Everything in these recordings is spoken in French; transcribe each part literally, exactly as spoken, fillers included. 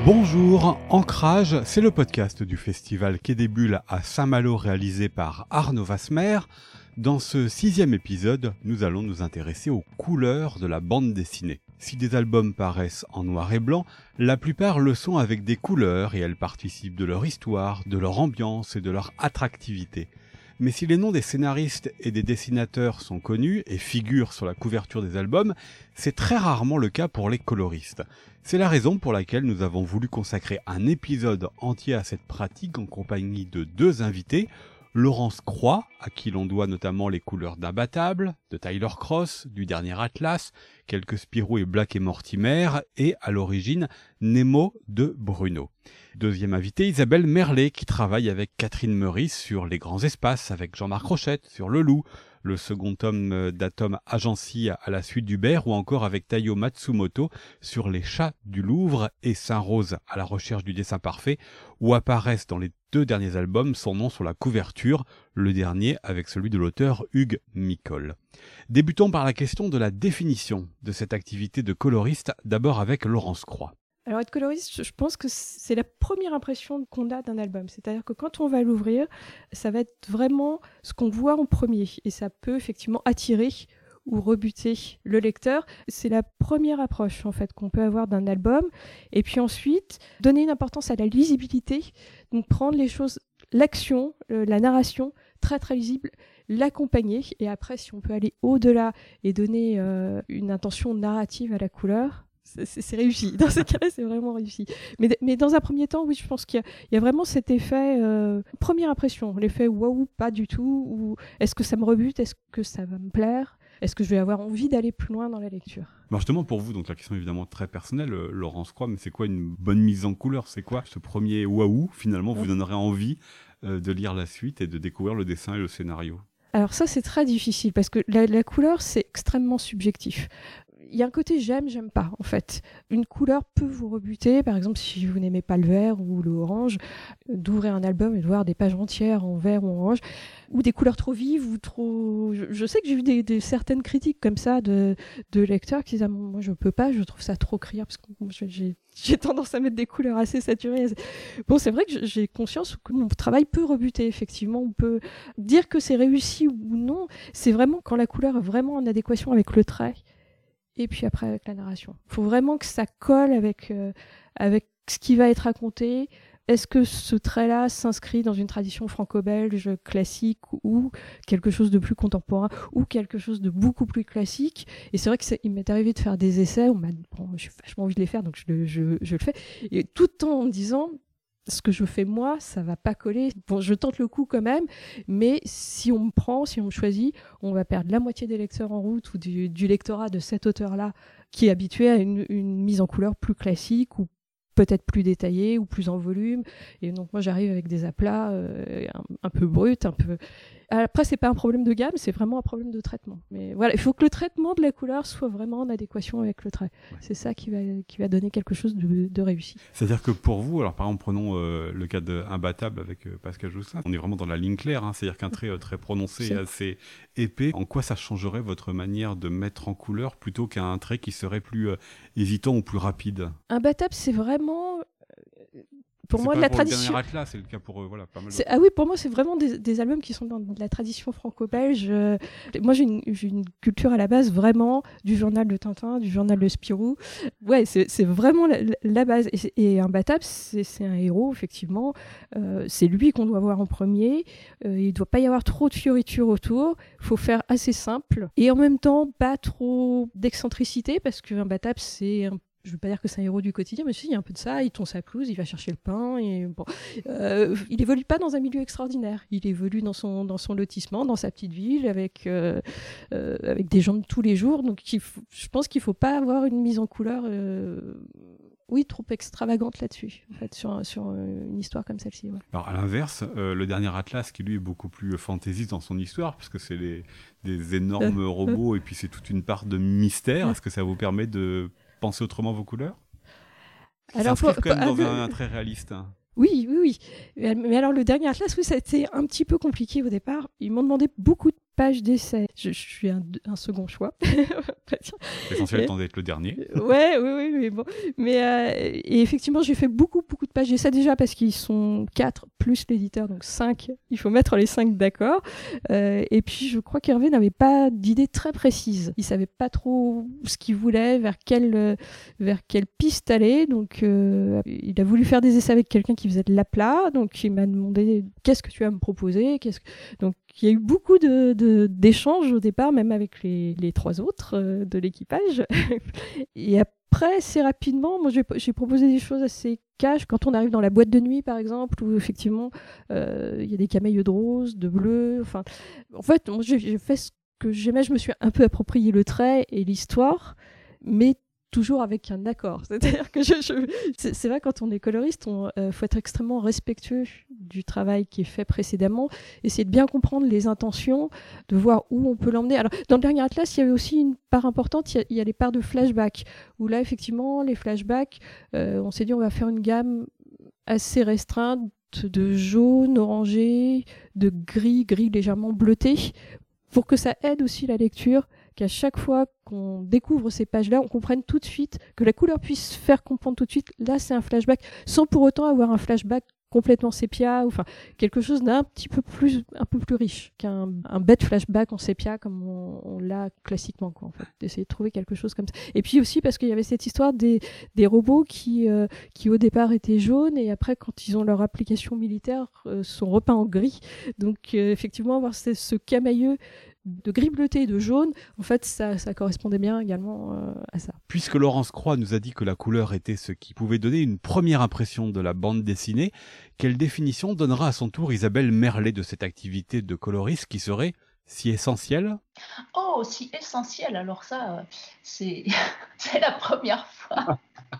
Bonjour, Ancrage, c'est le podcast du festival Quai des Bulles à Saint-Malo réalisé par Arnaud Vasmer. Dans ce sixième épisode, nous allons nous intéresser aux couleurs de la bande dessinée. Si des albums paraissent en noir et blanc, la plupart le sont avec des couleurs et elles participent de leur histoire, de leur ambiance et de leur attractivité. Mais si les noms des scénaristes et des dessinateurs sont connus et figurent sur la couverture des albums, c'est très rarement le cas pour les coloristes. C'est la raison pour laquelle nous avons voulu consacrer un épisode entier à cette pratique en compagnie de deux invités, Laurence Croix, à qui l'on doit notamment les couleurs d'Imbattable, de Tyler Cross, du dernier Atlas, quelques Spirou et Black et Mortimer, et à l'origine Nemo de Bruno. Deuxième invité, Isabelle Merlet, qui travaille avec Catherine Meurice sur Les Grands Espaces, avec Jean-Marc Rochette sur Le Loup, le second tome d'Atom Agency à la suite d'Hubert, ou encore avec Taiyo Matsumoto sur Les Chats du Louvre et Saint-Rose à la recherche du dessin parfait, où apparaissent dans les deux derniers albums son nom sur la couverture, le dernier avec celui de l'auteur Hugues Micol. Débutons par la question de la définition de cette activité de coloriste, d'abord avec Laurence Croix. Alors être coloriste, je pense que c'est la première impression qu'on a d'un album. C'est-à-dire que quand on va l'ouvrir, ça va être vraiment ce qu'on voit en premier. Et ça peut effectivement attirer ou rebuter le lecteur. C'est la première approche en fait qu'on peut avoir d'un album. Et puis ensuite, donner une importance à la lisibilité. Donc prendre les choses, l'action, euh, la narration, très très lisible, l'accompagner. Et après, si on peut aller au-delà et donner euh, une intention narrative à la couleur, C'est, c'est réussi. Dans ce cas-là, c'est vraiment réussi. Mais, mais dans un premier temps, oui, je pense qu'il y a, il y a vraiment cet effet, euh, première impression, l'effet waouh, pas du tout, ou est-ce que ça me rebute, est-ce que ça va me plaire, est-ce que je vais avoir envie d'aller plus loin dans la lecture. Alors justement, pour vous, donc la question est évidemment très personnelle, euh, Laurence Croix, mais c'est quoi une bonne mise en couleur ? C'est quoi ce premier waouh, finalement, vous donnerait envie euh, de lire la suite et de découvrir le dessin et le scénario ? Alors ça, c'est très difficile, parce que la, la couleur, c'est extrêmement subjectif. Il y a un côté j'aime, j'aime pas, en fait. Une couleur peut vous rebuter, par exemple, si vous n'aimez pas le vert ou l'orange, d'ouvrir un album et de voir des pages entières en vert ou en orange, ou des couleurs trop vives ou trop... Je, je sais que j'ai vu des, des, certaines critiques comme ça de, de lecteurs qui disent ah, « moi, je peux pas, je trouve ça trop criard, parce que moi, j'ai, j'ai tendance à mettre des couleurs assez saturées. » Bon, c'est vrai que j'ai conscience que mon travail peut rebuter, effectivement. On peut dire que c'est réussi ou non. C'est vraiment quand la couleur est vraiment en adéquation avec le trait. Et puis après avec la narration. Il faut vraiment que ça colle avec, euh, avec ce qui va être raconté. Est-ce que ce trait-là s'inscrit dans une tradition franco-belge classique ou quelque chose de plus contemporain ou quelque chose de beaucoup plus classique ? Et c'est vrai qu'il m'est arrivé de faire des essais où bon, j'ai vachement envie de les faire, donc je le, je, je le fais. Et tout en me disant... ce que je fais moi, ça va pas coller. Bon, je tente le coup quand même, mais si on me prend, si on me choisit, on va perdre la moitié des lecteurs en route ou du, du lectorat de cet auteur-là qui est habitué à une, une mise en couleur plus classique ou peut-être plus détaillée ou plus en volume. Et donc moi, j'arrive avec des aplats euh, un, un peu bruts, un peu... Après, c'est pas un problème de gamme, c'est vraiment un problème de traitement. Mais voilà, il faut que le traitement de la couleur soit vraiment en adéquation avec le trait. Ouais. C'est ça qui va, qui va donner quelque chose de, de réussi. C'est-à-dire que pour vous, alors par exemple, prenons euh, le cas d'Imbattable avec euh, Pascal Jousselin, on est vraiment dans la ligne claire, hein, c'est-à-dire qu'un trait euh, très prononcé c'est... et assez épais. En quoi ça changerait votre manière de mettre en couleur plutôt qu'un trait qui serait plus euh, hésitant ou plus rapide ? Imbattable, c'est vraiment... Pour c'est moi, pas la pour tradition. Le Atlas, c'est le cas pour euh, voilà, pas mal. C'est... Ah oui, pour moi, c'est vraiment des, des albums qui sont dans la tradition franco-belge. Euh, moi, j'ai une, j'ai une culture à la base vraiment du journal de Tintin, du journal de Spirou. Ouais, c'est, c'est vraiment la, la base. Et, et Imbattable, c'est, c'est un héros, effectivement. Euh, c'est lui qu'on doit voir en premier. Euh, il ne doit pas y avoir trop de fioritures autour. Il faut faire assez simple. Et en même temps, pas trop d'excentricité, parce que Imbattable, c'est un je ne veux pas dire que c'est un héros du quotidien, mais si, il y a un peu de ça, il tond sa pelouse, il va chercher le pain, et bon, euh, il évolue pas dans un milieu extraordinaire, il évolue dans son, dans son lotissement, dans sa petite ville, avec, euh, euh, avec des gens de tous les jours, donc il faut, je pense qu'il ne faut pas avoir une mise en couleur euh, oui, trop extravagante là-dessus, en fait, sur, sur une histoire comme celle-ci. Ouais. Alors, à l'inverse, euh, le dernier Atlas, qui lui est beaucoup plus fantaisiste dans son histoire, parce que c'est les, des énormes robots, et puis c'est toute une part de mystère, est-ce que ça vous permet de penser autrement vos couleurs ? Alors, ça s'inscrit quand même dans euh, un, un trait réaliste. Hein. Oui, oui, oui. Mais alors, le dernier Atlas, oui, ça a été un petit peu compliqué au départ. Ils m'ont demandé beaucoup de page d'essai. Je, je suis un, un second choix. L'essentiel étant d'être le dernier. Ouais, oui, oui, mais bon. Mais euh, et effectivement, j'ai fait beaucoup, beaucoup de pages d'essai déjà parce qu'ils sont quatre plus l'éditeur, donc cinq. Il faut mettre les cinq d'accord. Euh, et puis, je crois qu'Hervé n'avait pas d'idée très précise. Il savait pas trop ce qu'il voulait, vers quelle, vers quelle piste aller. Donc, euh, il a voulu faire des essais avec quelqu'un qui faisait de l'aplat. Donc, il m'a demandé qu'est-ce que tu vas me proposer. Qu'est-ce que... Donc, il y a eu beaucoup de, de, d'échanges au départ, même avec les, les trois autres euh, de l'équipage. Et après, assez rapidement, moi, j'ai, j'ai proposé des choses assez cash. Quand on arrive dans la boîte de nuit, par exemple, où effectivement, euh, il y a des camélias de rose, de bleu. Enfin, en fait, moi, j'ai, j'ai fait ce que j'aimais. Je me suis un peu approprié le trait et l'histoire, mais toujours avec un accord. C'est-à-dire que je, je... C'est, c'est vrai, quand on est coloriste, il euh, faut être extrêmement respectueux du travail qui est fait précédemment, essayer de bien comprendre les intentions, de voir où on peut l'emmener. Alors, dans le dernier atlas, il y avait aussi une part importante, il y a, il y a les parts de flashback, où là, effectivement, les flashbacks, euh, on s'est dit on va faire une gamme assez restreinte de jaune, orangé, de gris, gris légèrement bleuté, pour que ça aide aussi la lecture, qu'à chaque fois qu'on découvre ces pages-là, on comprenne tout de suite, que la couleur puisse faire comprendre tout de suite, là c'est un flashback, sans pour autant avoir un flashback complètement sépia, ou enfin quelque chose d'un petit peu plus, un peu plus riche qu'un un bête flashback en sépia comme on, on l'a classiquement, quoi, en fait, d'essayer de trouver quelque chose comme ça. Et puis aussi parce qu'il y avait cette histoire des, des robots qui, euh, qui au départ étaient jaunes et après quand ils ont leur application militaire euh, sont repeints en gris. Donc euh, effectivement avoir ce, ce camailleux de gris bleuté et de jaune, en fait, ça, ça correspondait bien également euh, à ça. Puisque Laurence Croix nous a dit que la couleur était ce qui pouvait donner une première impression de la bande dessinée, quelle définition donnera à son tour Isabelle Merlet de cette activité de coloriste qui serait si essentielle ? Oh, si essentielle, alors ça, c'est, c'est la première fois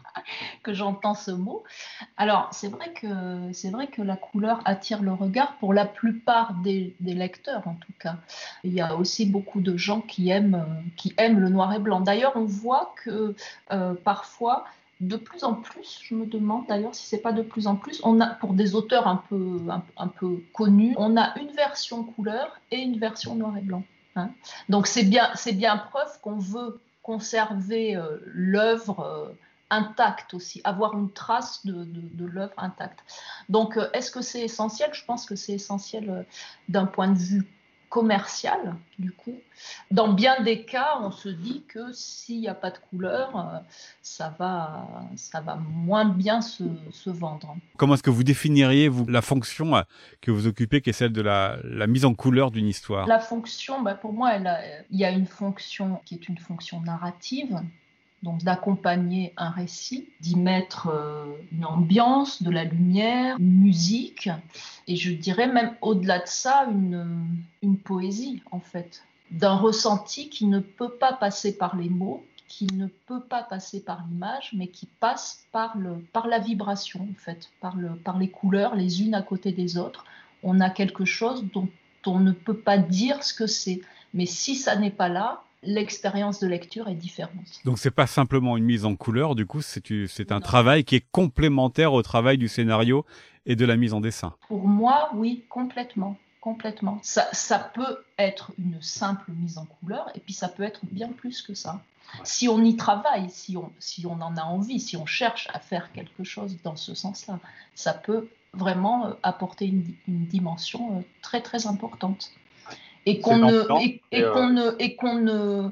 que j'entends ce mot. Alors, c'est vrai que, c'est vrai que la couleur attire le regard pour la plupart des, des lecteurs, en tout cas. Il y a aussi beaucoup de gens qui aiment, qui aiment le noir et blanc. D'ailleurs, on voit que euh, parfois, de plus en plus, je me demande d'ailleurs si c'est pas de plus en plus, on a, pour des auteurs un peu, un, un peu connus, on a une version couleur et une version noir et blanc. Hein. Donc, c'est bien, c'est bien preuve qu'on veut conserver euh, l'œuvre euh, intacte aussi, avoir une trace de, de, de l'œuvre intacte. Donc, euh, est-ce que c'est essentiel ? Je pense que c'est essentiel euh, d'un point de vue commercial, du coup. Dans bien des cas, on se dit que s'il n'y a pas de couleur, euh, ça va, ça va moins bien se, se vendre. Comment est-ce que vous définiriez, vous, la fonction que vous occupez, qui est celle de la, la mise en couleur d'une histoire ? La fonction, bah pour moi, elle a, il y a une fonction qui est une fonction narrative, donc d'accompagner un récit, d'y mettre euh, une ambiance, de la lumière, une musique, et je dirais même au-delà de ça, une, une poésie en fait, d'un ressenti qui ne peut pas passer par les mots, qui ne peut pas passer par l'image, mais qui passe par, le, par la vibration en fait, par, le, par les couleurs les unes à côté des autres. On a quelque chose dont on ne peut pas dire ce que c'est, mais si ça n'est pas là, l'expérience de lecture est différente. Donc c'est pas simplement une mise en couleur, du coup c'est, c'est un Non. travail qui est complémentaire au travail du scénario et de la mise en dessin. Pour moi, oui, complètement. Complètement. Ça, ça peut être une simple mise en couleur et puis ça peut être bien plus que ça. Ouais. Si on y travaille, si on, si on en a envie, si on cherche à faire quelque chose dans ce sens-là, ça peut vraiment apporter une, une dimension très très importante. Et qu'on ne, et, et, et, euh... qu'on ne, et qu'on ne,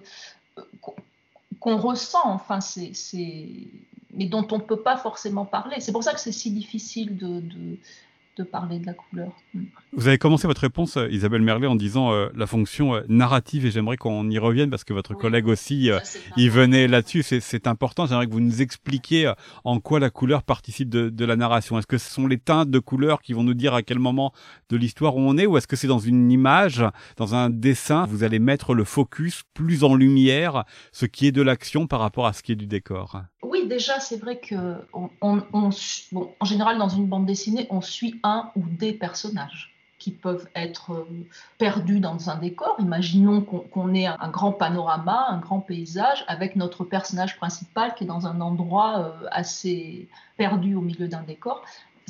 qu'on ressent, enfin, c'est, c'est, mais dont on ne peut pas forcément parler. C'est pour ça que c'est si difficile de, de, de parler de la couleur. Vous avez commencé votre réponse, Isabelle Merlet, en disant euh, la fonction euh, narrative, et j'aimerais qu'on y revienne parce que votre oui, collègue aussi euh, y venait là-dessus. C'est, c'est important. J'aimerais que vous nous expliquiez euh, en quoi la couleur participe de, de la narration. Est-ce que ce sont les teintes de couleurs qui vont nous dire à quel moment de l'histoire où on est, ou est-ce que c'est dans une image, dans un dessin, vous allez mettre le focus plus en lumière, ce qui est de l'action par rapport à ce qui est du décor ? Oui, déjà, c'est vrai que on, on, on, bon, en général, dans une bande dessinée, on suit un ou des personnages qui peuvent être perdus dans un décor. Imaginons qu'on, qu'on ait un grand panorama, un grand paysage, avec notre personnage principal qui est dans un endroit assez perdu au milieu d'un décor.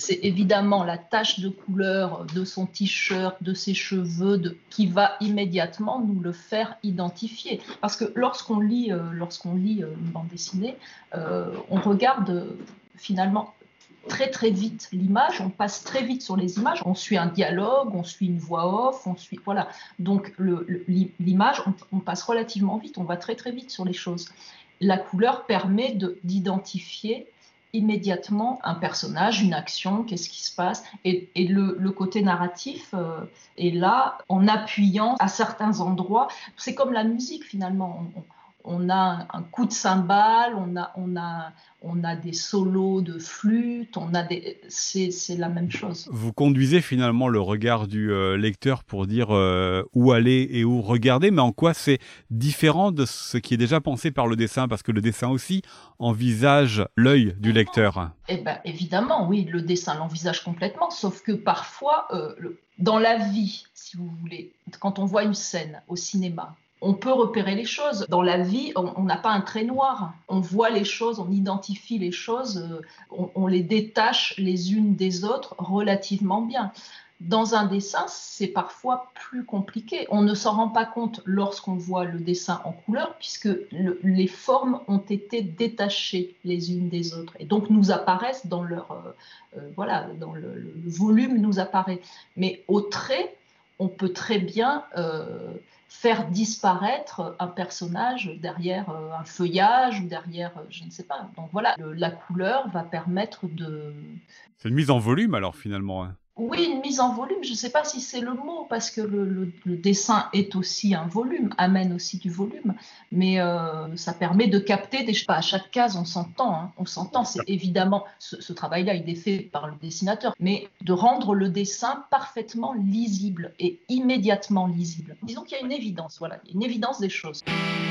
c'est évidemment la tache de couleur de son t-shirt, de ses cheveux, de, qui va immédiatement nous le faire identifier. Parce que lorsqu'on lit, euh, lorsqu'on lit euh, une bande dessinée, euh, on regarde euh, finalement très très vite l'image, on passe très vite sur les images, on suit un dialogue, on suit une voix off, on suit, voilà. Donc le, le, l'image, on, on passe relativement vite, on va très très vite sur les choses. La couleur permet de, d'identifier immédiatement un personnage, une action, qu'est-ce qui se passe. Et, et le, le côté narratif euh, est là en appuyant à certains endroits. C'est comme la musique finalement. On, on a un coup de cymbale, on a, on a, on a des solos de flûte, on a des... c'est, c'est la même chose. Vous conduisez finalement le regard du euh, lecteur pour dire euh, où aller et où regarder, mais en quoi c'est différent de ce qui est déjà pensé par le dessin, parce que le dessin aussi envisage l'œil du lecteur. Eh ben, évidemment, oui, le dessin l'envisage complètement, sauf que parfois, euh, le... dans la vie, si vous voulez, quand on voit une scène au cinéma, on peut repérer les choses. Dans la vie, on n'a pas un trait noir. On voit les choses, on identifie les choses, euh, on, on les détache les unes des autres relativement bien. Dans un dessin, c'est parfois plus compliqué. On ne s'en rend pas compte lorsqu'on voit le dessin en couleur, puisque le, les formes ont été détachées les unes des autres, et donc nous apparaissent dans leur, euh, euh, voilà, dans le, le, le volume nous apparaît. Mais au trait, on peut très bien euh, faire disparaître un personnage derrière euh, un feuillage ou derrière, euh, je ne sais pas. Donc voilà, le, la couleur va permettre de... C'est une mise en volume alors finalement. Hein. Oui, une mise en volume, je ne sais pas si c'est le mot, parce que le, le, le dessin est aussi un volume, amène aussi du volume, mais euh, ça permet de capter des... Pas à chaque case, on s'entend, hein, on s'entend, c'est évidemment, ce, ce travail-là, il est fait par le dessinateur, mais de rendre le dessin parfaitement lisible et immédiatement lisible. Disons qu'il y a une évidence, voilà, il y a une évidence des choses.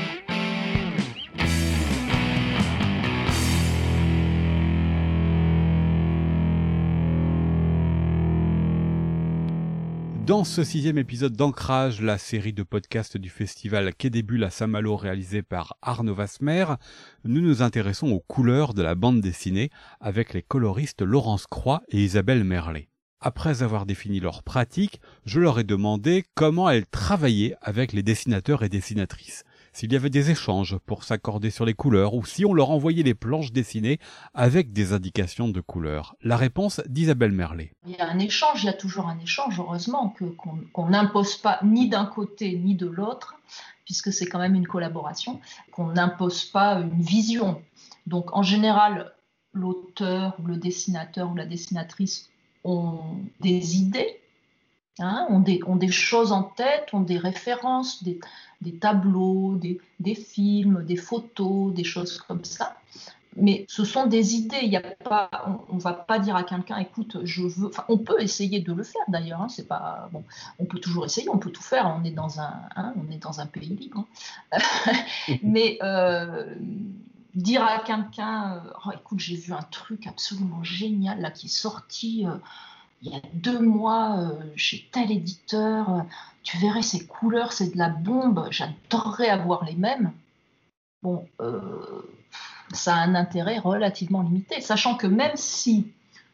Dans ce sixième épisode d'Ancrage, la série de podcasts du festival Quai des Bulles à Saint-Malo réalisé par Arnaud Vasmer, nous nous intéressons aux couleurs de la bande dessinée avec les coloristes Laurence Croix et Isabelle Merlet. Après avoir défini leur pratique, je leur ai demandé comment elles travaillaient avec les dessinateurs et dessinatrices. S'il y avait des échanges pour s'accorder sur les couleurs ou si on leur envoyait les planches dessinées avec des indications de couleurs. La réponse d'Isabelle Merlet. Il y a un échange, il y a toujours un échange, heureusement, que, qu'on, qu'on n'impose pas ni d'un côté ni de l'autre, puisque c'est quand même une collaboration, qu'on n'impose pas une vision. Donc en général, l'auteur ou le dessinateur ou la dessinatrice ont des idées, hein, ont, des, ont des choses en tête, ont des références, des, des tableaux, des, des films, des photos, des choses comme ça. Mais ce sont des idées. Il y a pas, on ne va pas dire à quelqu'un, écoute, je veux. Enfin, on peut essayer de le faire d'ailleurs. Hein, c'est pas bon. On peut toujours essayer. On peut tout faire. On est dans un, hein, on est dans un pays libre. Hein. Mais euh, dire à quelqu'un, oh, écoute, j'ai vu un truc absolument génial là qui est sorti. Euh, il y a deux mois, euh, chez tel éditeur, euh, tu verrais ces couleurs, c'est de la bombe, j'adorerais avoir les mêmes. Bon, euh, ça a un intérêt relativement limité, sachant que même si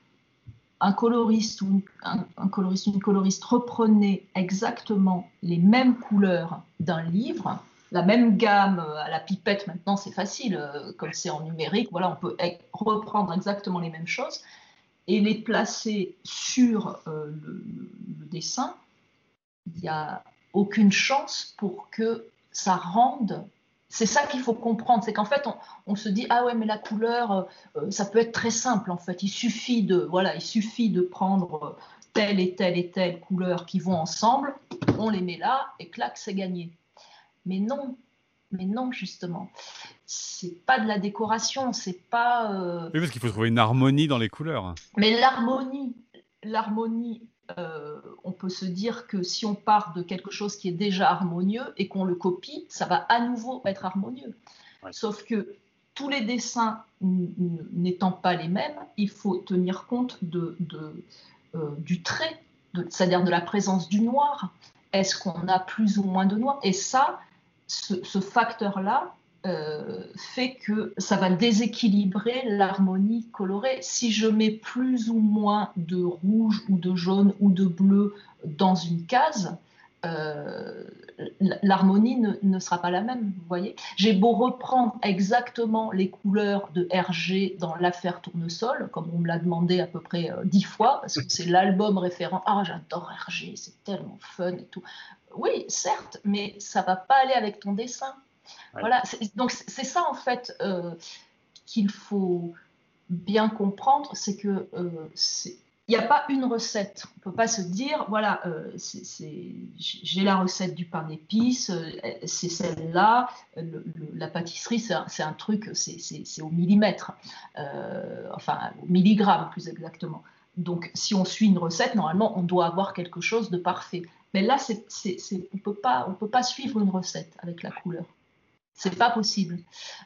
un coloriste ou un, un coloriste, une coloriste reprenait exactement les mêmes couleurs d'un livre, la même gamme à la pipette, maintenant c'est facile, euh, comme c'est en numérique, voilà, on peut reprendre exactement les mêmes choses, et les placer sur euh, le, le dessin, il n'y a aucune chance pour que ça rende... C'est ça qu'il faut comprendre, c'est qu'en fait, on, on se dit « Ah ouais, mais la couleur, euh, ça peut être très simple, en fait. Il suffit de, voilà, il suffit de prendre telle et telle et telle couleur qui vont ensemble, on les met là, et clac, c'est gagné. » Mais non, mais non, justement. C'est pas de la décoration, c'est pas... Euh... Oui, parce qu'il faut trouver une harmonie dans les couleurs. Mais l'harmonie, l'harmonie, euh, on peut se dire que si on part de quelque chose qui est déjà harmonieux et qu'on le copie, ça va à nouveau être harmonieux. Ouais. Sauf que tous les dessins n'étant pas les mêmes, il faut tenir compte de, de, euh, du trait, de, c'est-à-dire de la présence du noir. Est-ce qu'on a plus ou moins de noir ? Et ça, ce, ce facteur-là, euh, fait que ça va déséquilibrer l'harmonie colorée. Si je mets plus ou moins de rouge ou de jaune ou de bleu dans une case, euh, l'harmonie ne, ne sera pas la même, vous voyez. J'ai beau reprendre exactement les couleurs de Hergé dans l'affaire Tournesol, comme on me l'a demandé à peu près euh, dix fois, parce que c'est l'album référent. Ah, j'adore Hergé, c'est tellement fun et tout. Oui, certes, mais ça va pas aller avec ton dessin. Ouais. Voilà, c'est, donc c'est ça en fait euh, qu'il faut bien comprendre, c'est que euh, c'est il n'y a pas une recette. On ne peut pas se dire, voilà, euh, c'est, c'est, j'ai la recette du pain d'épices, euh, c'est celle-là. Le, le, la pâtisserie, c'est un, c'est un truc, c'est, c'est, c'est au millimètre, euh, enfin au milligramme plus exactement. Donc, si on suit une recette, normalement, on doit avoir quelque chose de parfait. Mais là, c'est, c'est, c'est, on peut pas, on peut pas suivre une recette avec la couleur. C'est pas possible.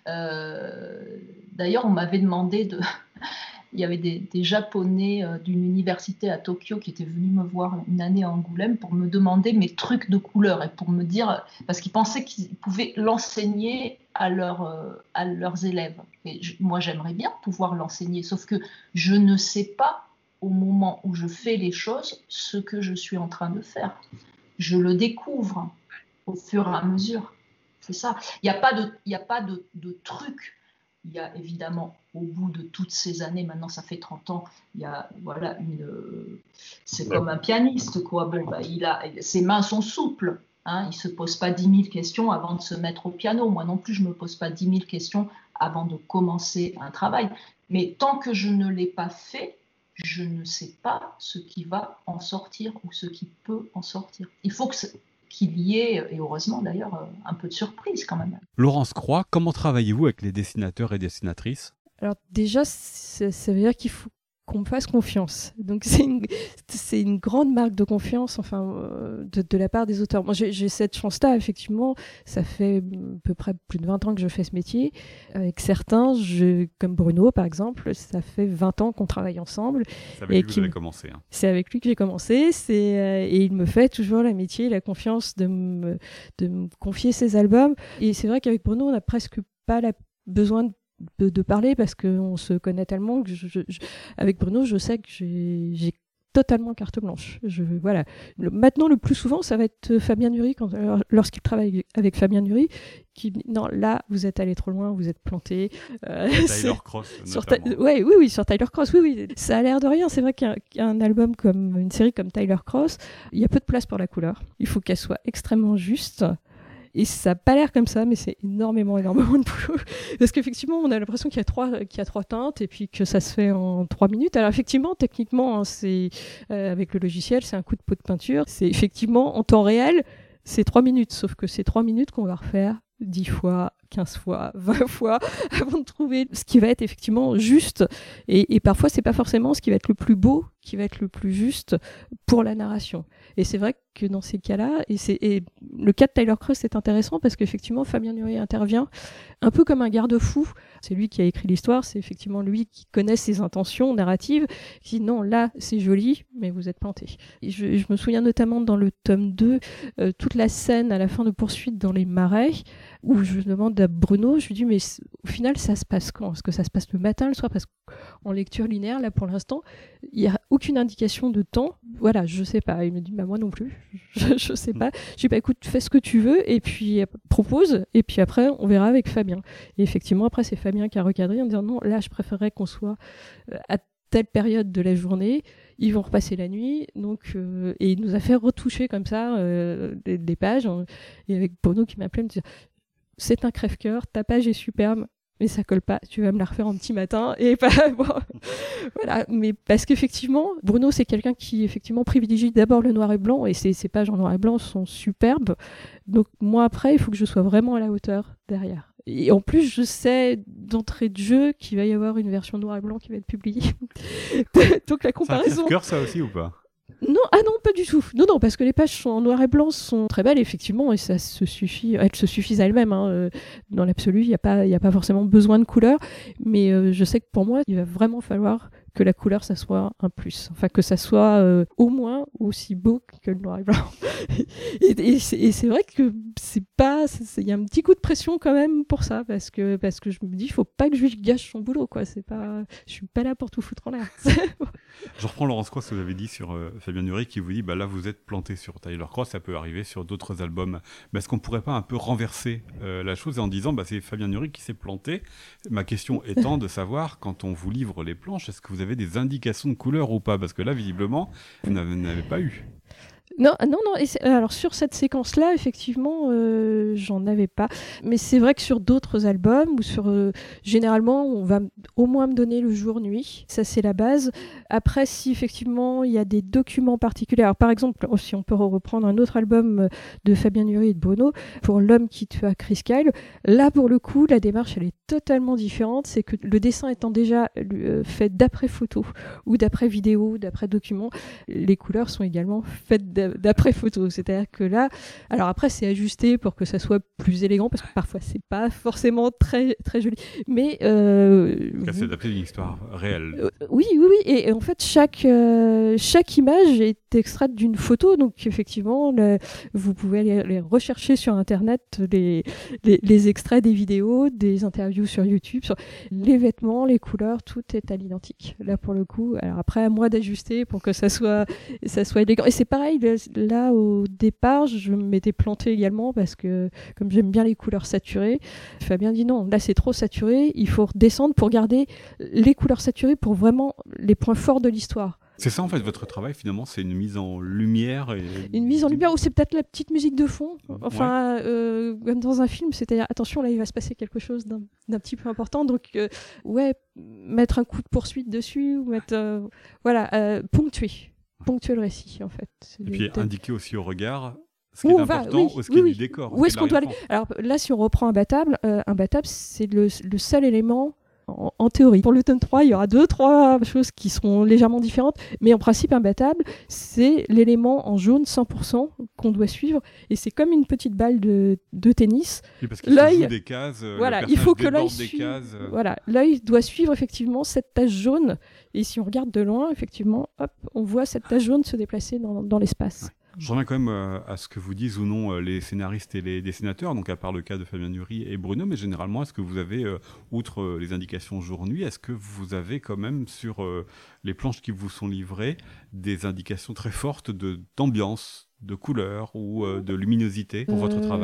Euh, d'ailleurs, on m'avait demandé de... Il y avait des, des Japonais euh, d'une université à Tokyo qui étaient venus me voir une année à Angoulême pour me demander mes trucs de couleur et pour me dire, parce qu'ils pensaient qu'ils pouvaient l'enseigner à, leur, euh, à leurs élèves. Et je, moi, j'aimerais bien pouvoir l'enseigner, sauf que je ne sais pas au moment où je fais les choses ce que je suis en train de faire. Je le découvre au fur et à mesure. C'est ça. Il n'y a pas de, il n'y a pas de, de truc. Il y a évidemment, au bout de toutes ces années, maintenant ça fait trente ans, il y a, voilà, une, c'est comme un pianiste, quoi. Bon, bah, il a, ses mains sont souples, hein, il ne se pose pas dix mille questions avant de se mettre au piano. Moi non plus, je ne me pose pas dix mille questions avant de commencer un travail. Mais tant que je ne l'ai pas fait, je ne sais pas ce qui va en sortir ou ce qui peut en sortir. Il faut que qu'il y ait, et heureusement d'ailleurs, un peu de surprise quand même. Laurence Croix, comment travaillez-vous avec les dessinateurs et dessinatrices ? Alors déjà, ça veut dire qu'il faut qu'on me fasse confiance. Donc c'est une, c'est une grande marque de confiance, enfin, euh, de, de la part des auteurs. Moi, j'ai, j'ai cette chance-là, effectivement. Ça fait à peu près plus de vingt ans que je fais ce métier. Avec certains, je, comme Bruno, par exemple, ça fait vingt ans qu'on travaille ensemble. C'est avec et lui que vous avez commencé. Hein. C'est avec lui que j'ai commencé. C'est, euh, et il me fait toujours l'amitié, la confiance de me, de me confier ses albums. Et c'est vrai qu'avec Bruno, on n'a presque pas la, besoin de De, de parler parce qu'on se connaît tellement que je, je, je, avec Bruno je sais que j'ai, j'ai totalement carte blanche. Je, voilà. Le, maintenant le plus souvent ça va être Fabien Nury quand, lorsqu'il travaille avec Fabien Nury qui dit non là vous êtes allé trop loin, vous êtes planté. Euh, Tyler Cross sur ta, ouais, oui oui sur Tyler Cross oui oui ça a l'air de rien. C'est vrai qu'un, qu'un album comme une série comme Tyler Cross il y a peu de place pour la couleur. Il faut qu'elle soit extrêmement juste. Et ça n'a pas l'air comme ça, mais c'est énormément, énormément de boulot. Parce qu'effectivement, on a l'impression qu'il y a trois, qu'il y a trois teintes et puis que ça se fait en trois minutes. Alors effectivement, techniquement, hein, c'est, euh, avec le logiciel, c'est un coup de pot de peinture. C'est effectivement, en temps réel, c'est trois minutes. Sauf que c'est trois minutes qu'on va refaire dix fois, quinze fois, vingt fois, avant de trouver ce qui va être effectivement juste. Et, et parfois, c'est pas forcément ce qui va être le plus beau qui va être le plus juste pour la narration. Et c'est vrai que dans ces cas-là, et, c'est, et le cas de Tyler Cross est intéressant parce qu'effectivement, Fabien Nury intervient un peu comme un garde-fou. C'est lui qui a écrit l'histoire, c'est effectivement lui qui connaît ses intentions narratives, qui dit non, là, c'est joli, mais vous êtes planté. Et je, je me souviens notamment dans le tome deux, euh, toute la scène à la fin de poursuite dans les marais, où je demande à Bruno, je lui dis, mais au final, ça se passe quand ? Est-ce que ça se passe le matin, le soir ? Parce qu'en lecture linéaire, là, pour l'instant, il n'y a aucune indication de temps. Voilà, je sais pas. Il me dit, bah, moi non plus, je, je sais pas. Je dis, bah, écoute, fais ce que tu veux, et puis propose, et puis après, on verra avec Fabien. Et effectivement, après, c'est Fabien qui a recadré en disant, non, là, je préférerais qu'on soit à telle période de la journée, ils vont repasser la nuit, donc, euh, et il nous a fait retoucher comme ça euh, des, des pages, on, et avec Bruno qui m'appelait, me disait, c'est un crève-cœur, ta page est superbe, mais ça colle pas, tu vas me la refaire en petit matin, et pas, bon, voilà, mais parce qu'effectivement, Bruno, c'est quelqu'un qui, effectivement, privilégie d'abord le noir et blanc, et ses, ses pages en noir et blanc sont superbes, donc moi, après, il faut que je sois vraiment à la hauteur derrière. Et en plus, je sais d'entrée de jeu qu'il va y avoir une version noir et blanc qui va être publiée. Donc la comparaison... C'est un cœur, ça aussi, ou pas ? Non, ah non, pas du tout. Non, non, parce que les pages sont en noir et blanc sont très belles, effectivement, et ça se suffit, elles se suffisent à elles-mêmes. Hein. Dans l'absolu, il n'y a pas, il n'y a pas forcément besoin de couleur, mais euh, je sais que pour moi, il va vraiment falloir que la couleur, ça soit un plus. Enfin, que ça soit euh, au moins aussi beau que le noir et blanc. et, et, c'est, et c'est vrai que c'est pas, il y a un petit coup de pression quand même pour ça, parce que parce que je me dis, il faut pas que je lui gâche son boulot, quoi. C'est pas, je suis pas là pour tout foutre en l'air. Je reprends Laurence Croix, ce que vous avez dit sur euh, Fabien Nury, qui vous dit, bah là, vous êtes planté sur Tyler Cross, ça peut arriver sur d'autres albums. Mais est-ce qu'on pourrait pas un peu renverser euh, la chose en disant, bah c'est Fabien Nury qui s'est planté. Ma question étant de savoir, quand on vous livre les planches, est-ce que vous avez des indications de couleur ou pas? Parce que là, visiblement, vous n'avez, n'avez pas eu. Non, non, non. Et c'est, alors sur cette séquence-là, effectivement, euh, j'en avais pas. Mais c'est vrai que sur d'autres albums, ou sur euh, généralement, on va au moins me donner le jour-nuit. Ça, c'est la base. Après, si effectivement il y a des documents particuliers, alors par exemple, si on peut reprendre un autre album de Fabien Nury et de Bono, pour L'homme qui tua Chris Kyle, là pour le coup, la démarche elle est totalement différente. C'est que le dessin étant déjà euh, fait d'après photo ou d'après vidéo, d'après document, les couleurs sont également faites d'après photo. C'est-à-dire que là, alors après c'est ajusté pour que ça soit plus élégant, parce que parfois c'est pas forcément très très joli. Mais euh, Là, c'est adapté d'une histoire réelle. Euh, oui, oui, oui. Et, et en fait, chaque euh, chaque image est extraite d'une photo, donc effectivement, le, vous pouvez aller les rechercher sur Internet, les, les les extraits des vidéos, des interviews sur YouTube, sur les vêtements, les couleurs, tout est à l'identique. Là pour le coup, alors après à moi d'ajuster pour que ça soit ça soit élégant. Et c'est pareil. Là, au départ, je m'étais plantée également parce que, comme j'aime bien les couleurs saturées, Fabien dit non, là c'est trop saturé, il faut redescendre pour garder les couleurs saturées pour vraiment les points forts de l'histoire. C'est ça en fait votre travail finalement, c'est une mise en lumière et... Une mise en lumière, ou c'est peut-être la petite musique de fond, enfin ouais. euh, comme dans un film, c'est-à-dire attention là il va se passer quelque chose d'un, d'un petit peu important, donc euh, ouais, mettre un coup de poursuite dessus, ou mettre euh, voilà, euh, ponctuer. ponctuer le récit en fait. C'est et puis peut-être... indiquer aussi au regard ce qui est va, important, oui, ou ce oui, qui est oui. du décor. Où est-ce qu'on doit aller ? Alors là, si on reprend un battable, euh, un battable, c'est le, le seul élément en, en théorie. Pour le tome trois, il y aura deux, trois choses qui seront légèrement différentes, mais en principe, un battable, c'est l'élément en jaune cent pour cent qu'on doit suivre, et c'est comme une petite balle de, de tennis. Oui, parce qu'il l'œil, se joue des cases, voilà, il faut que l'œil suive, cases. Voilà, l'œil doit suivre effectivement cette tache jaune, et si on regarde de loin, effectivement, hop, on voit cette tache jaune se déplacer dans, dans l'espace. Ouais. Je reviens quand même euh, à ce que vous disent ou non euh, les scénaristes et les dessinateurs, donc à part le cas de Fabien Nury et Bruno, mais généralement, est-ce que vous avez, euh, outre euh, les indications jour-nuit, est-ce que vous avez quand même sur euh, les planches qui vous sont livrées des indications très fortes de, d'ambiance, de couleur ou euh, de luminosité pour euh... votre travail ?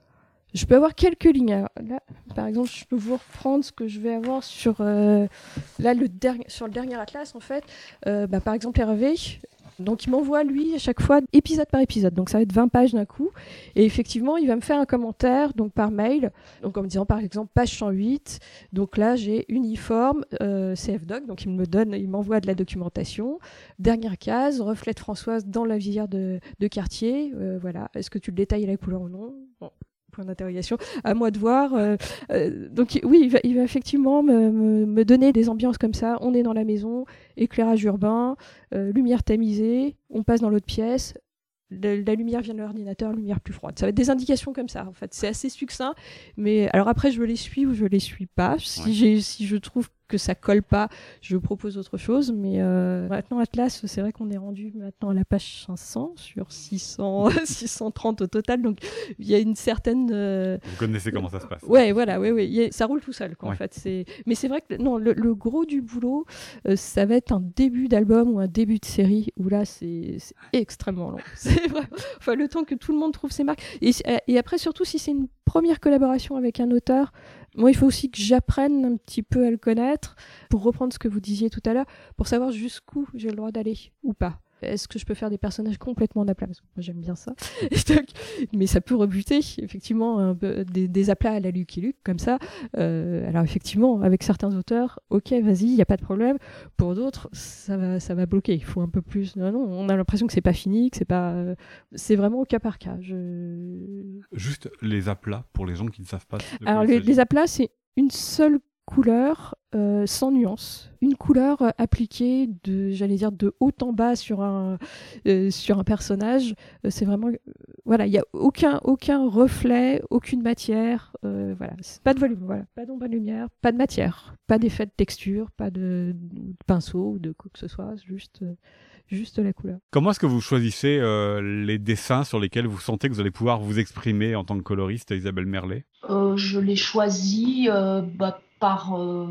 Je peux avoir quelques lignes. Alors, là, par exemple, je peux vous reprendre ce que je vais avoir sur, euh, là, le dernier, sur le dernier atlas, en fait. Euh, bah, par exemple, Hervé... Donc, il m'envoie, lui, à chaque fois, épisode par épisode. Donc, ça va être vingt pages d'un coup. Et effectivement, il va me faire un commentaire, donc par mail, donc en me disant, par exemple, page cent huit. Donc là, j'ai uniforme, euh, C F Doc. Donc, il me donne, il m'envoie de la documentation. Dernière case, reflet de Françoise dans la visière de, de quartier. Euh, voilà. Est-ce que tu le détailles à la couleur ou non ? Bon. Point d'interrogation, à moi de voir. Euh, euh, donc oui, il va, il va effectivement me, me, me donner des ambiances comme ça. On est dans la maison, éclairage urbain, euh, lumière tamisée, on passe dans l'autre pièce, la, la lumière vient de l'ordinateur, lumière plus froide. Ça va être des indications comme ça, en fait. C'est assez succinct, mais alors après, je les suis ou je les suis pas. Si, ouais. j'ai, si je trouve que ça colle pas, je propose autre chose. Mais euh, maintenant, Atlas, c'est vrai qu'on est rendu maintenant à la page cinq cents sur six cents, six cent trente au total. Donc, il y a une certaine... Euh... Vous connaissez comment ça se passe. Ouais, voilà, ouais, ouais. Y a... ça roule tout seul, quoi, ouais. en fait. C'est... Mais c'est vrai que non, le, le gros du boulot, euh, ça va être un début d'album ou un début de série où là, c'est, c'est extrêmement long. C'est vrai. Enfin, le temps que tout le monde trouve ses marques. Et, et après, surtout, si c'est une première collaboration avec un auteur, moi, il faut aussi que j'apprenne un petit peu à le connaître, pour reprendre ce que vous disiez tout à l'heure, pour savoir jusqu'où j'ai le droit d'aller ou pas. Est-ce que je peux faire des personnages complètement d'aplats ? Parce que moi, j'aime bien ça. Mais ça peut rebuter, effectivement, un peu, des, des aplats à la Lucky Luke, comme ça. Euh, alors, effectivement, avec certains auteurs, ok, vas-y, il n'y a pas de problème. Pour d'autres, ça va, ça va bloquer. Il faut un peu plus... Non, non, on a l'impression que c'est pas fini, que c'est pas... C'est vraiment au cas par cas. Je... Juste les aplats, pour les gens qui ne savent pas... Alors, les, les aplats, c'est une seule couleur euh, sans nuance. Une couleur euh, appliquée de, j'allais dire, de haut en bas sur un, euh, sur un personnage. Euh, c'est vraiment... Euh, voilà, il n'y a aucun, aucun reflet, aucune matière. Euh, voilà, c'est pas de volume, voilà. Pas d'ombre et de lumière, pas de matière, pas d'effet de texture, pas de, de pinceau ou de quoi que ce soit, juste... Euh, juste la couleur. Comment est-ce que vous choisissez euh, les dessins sur lesquels vous sentez que vous allez pouvoir vous exprimer en tant que coloriste, Isabelle Merlet ? euh, Je les choisis euh, bah, par, euh,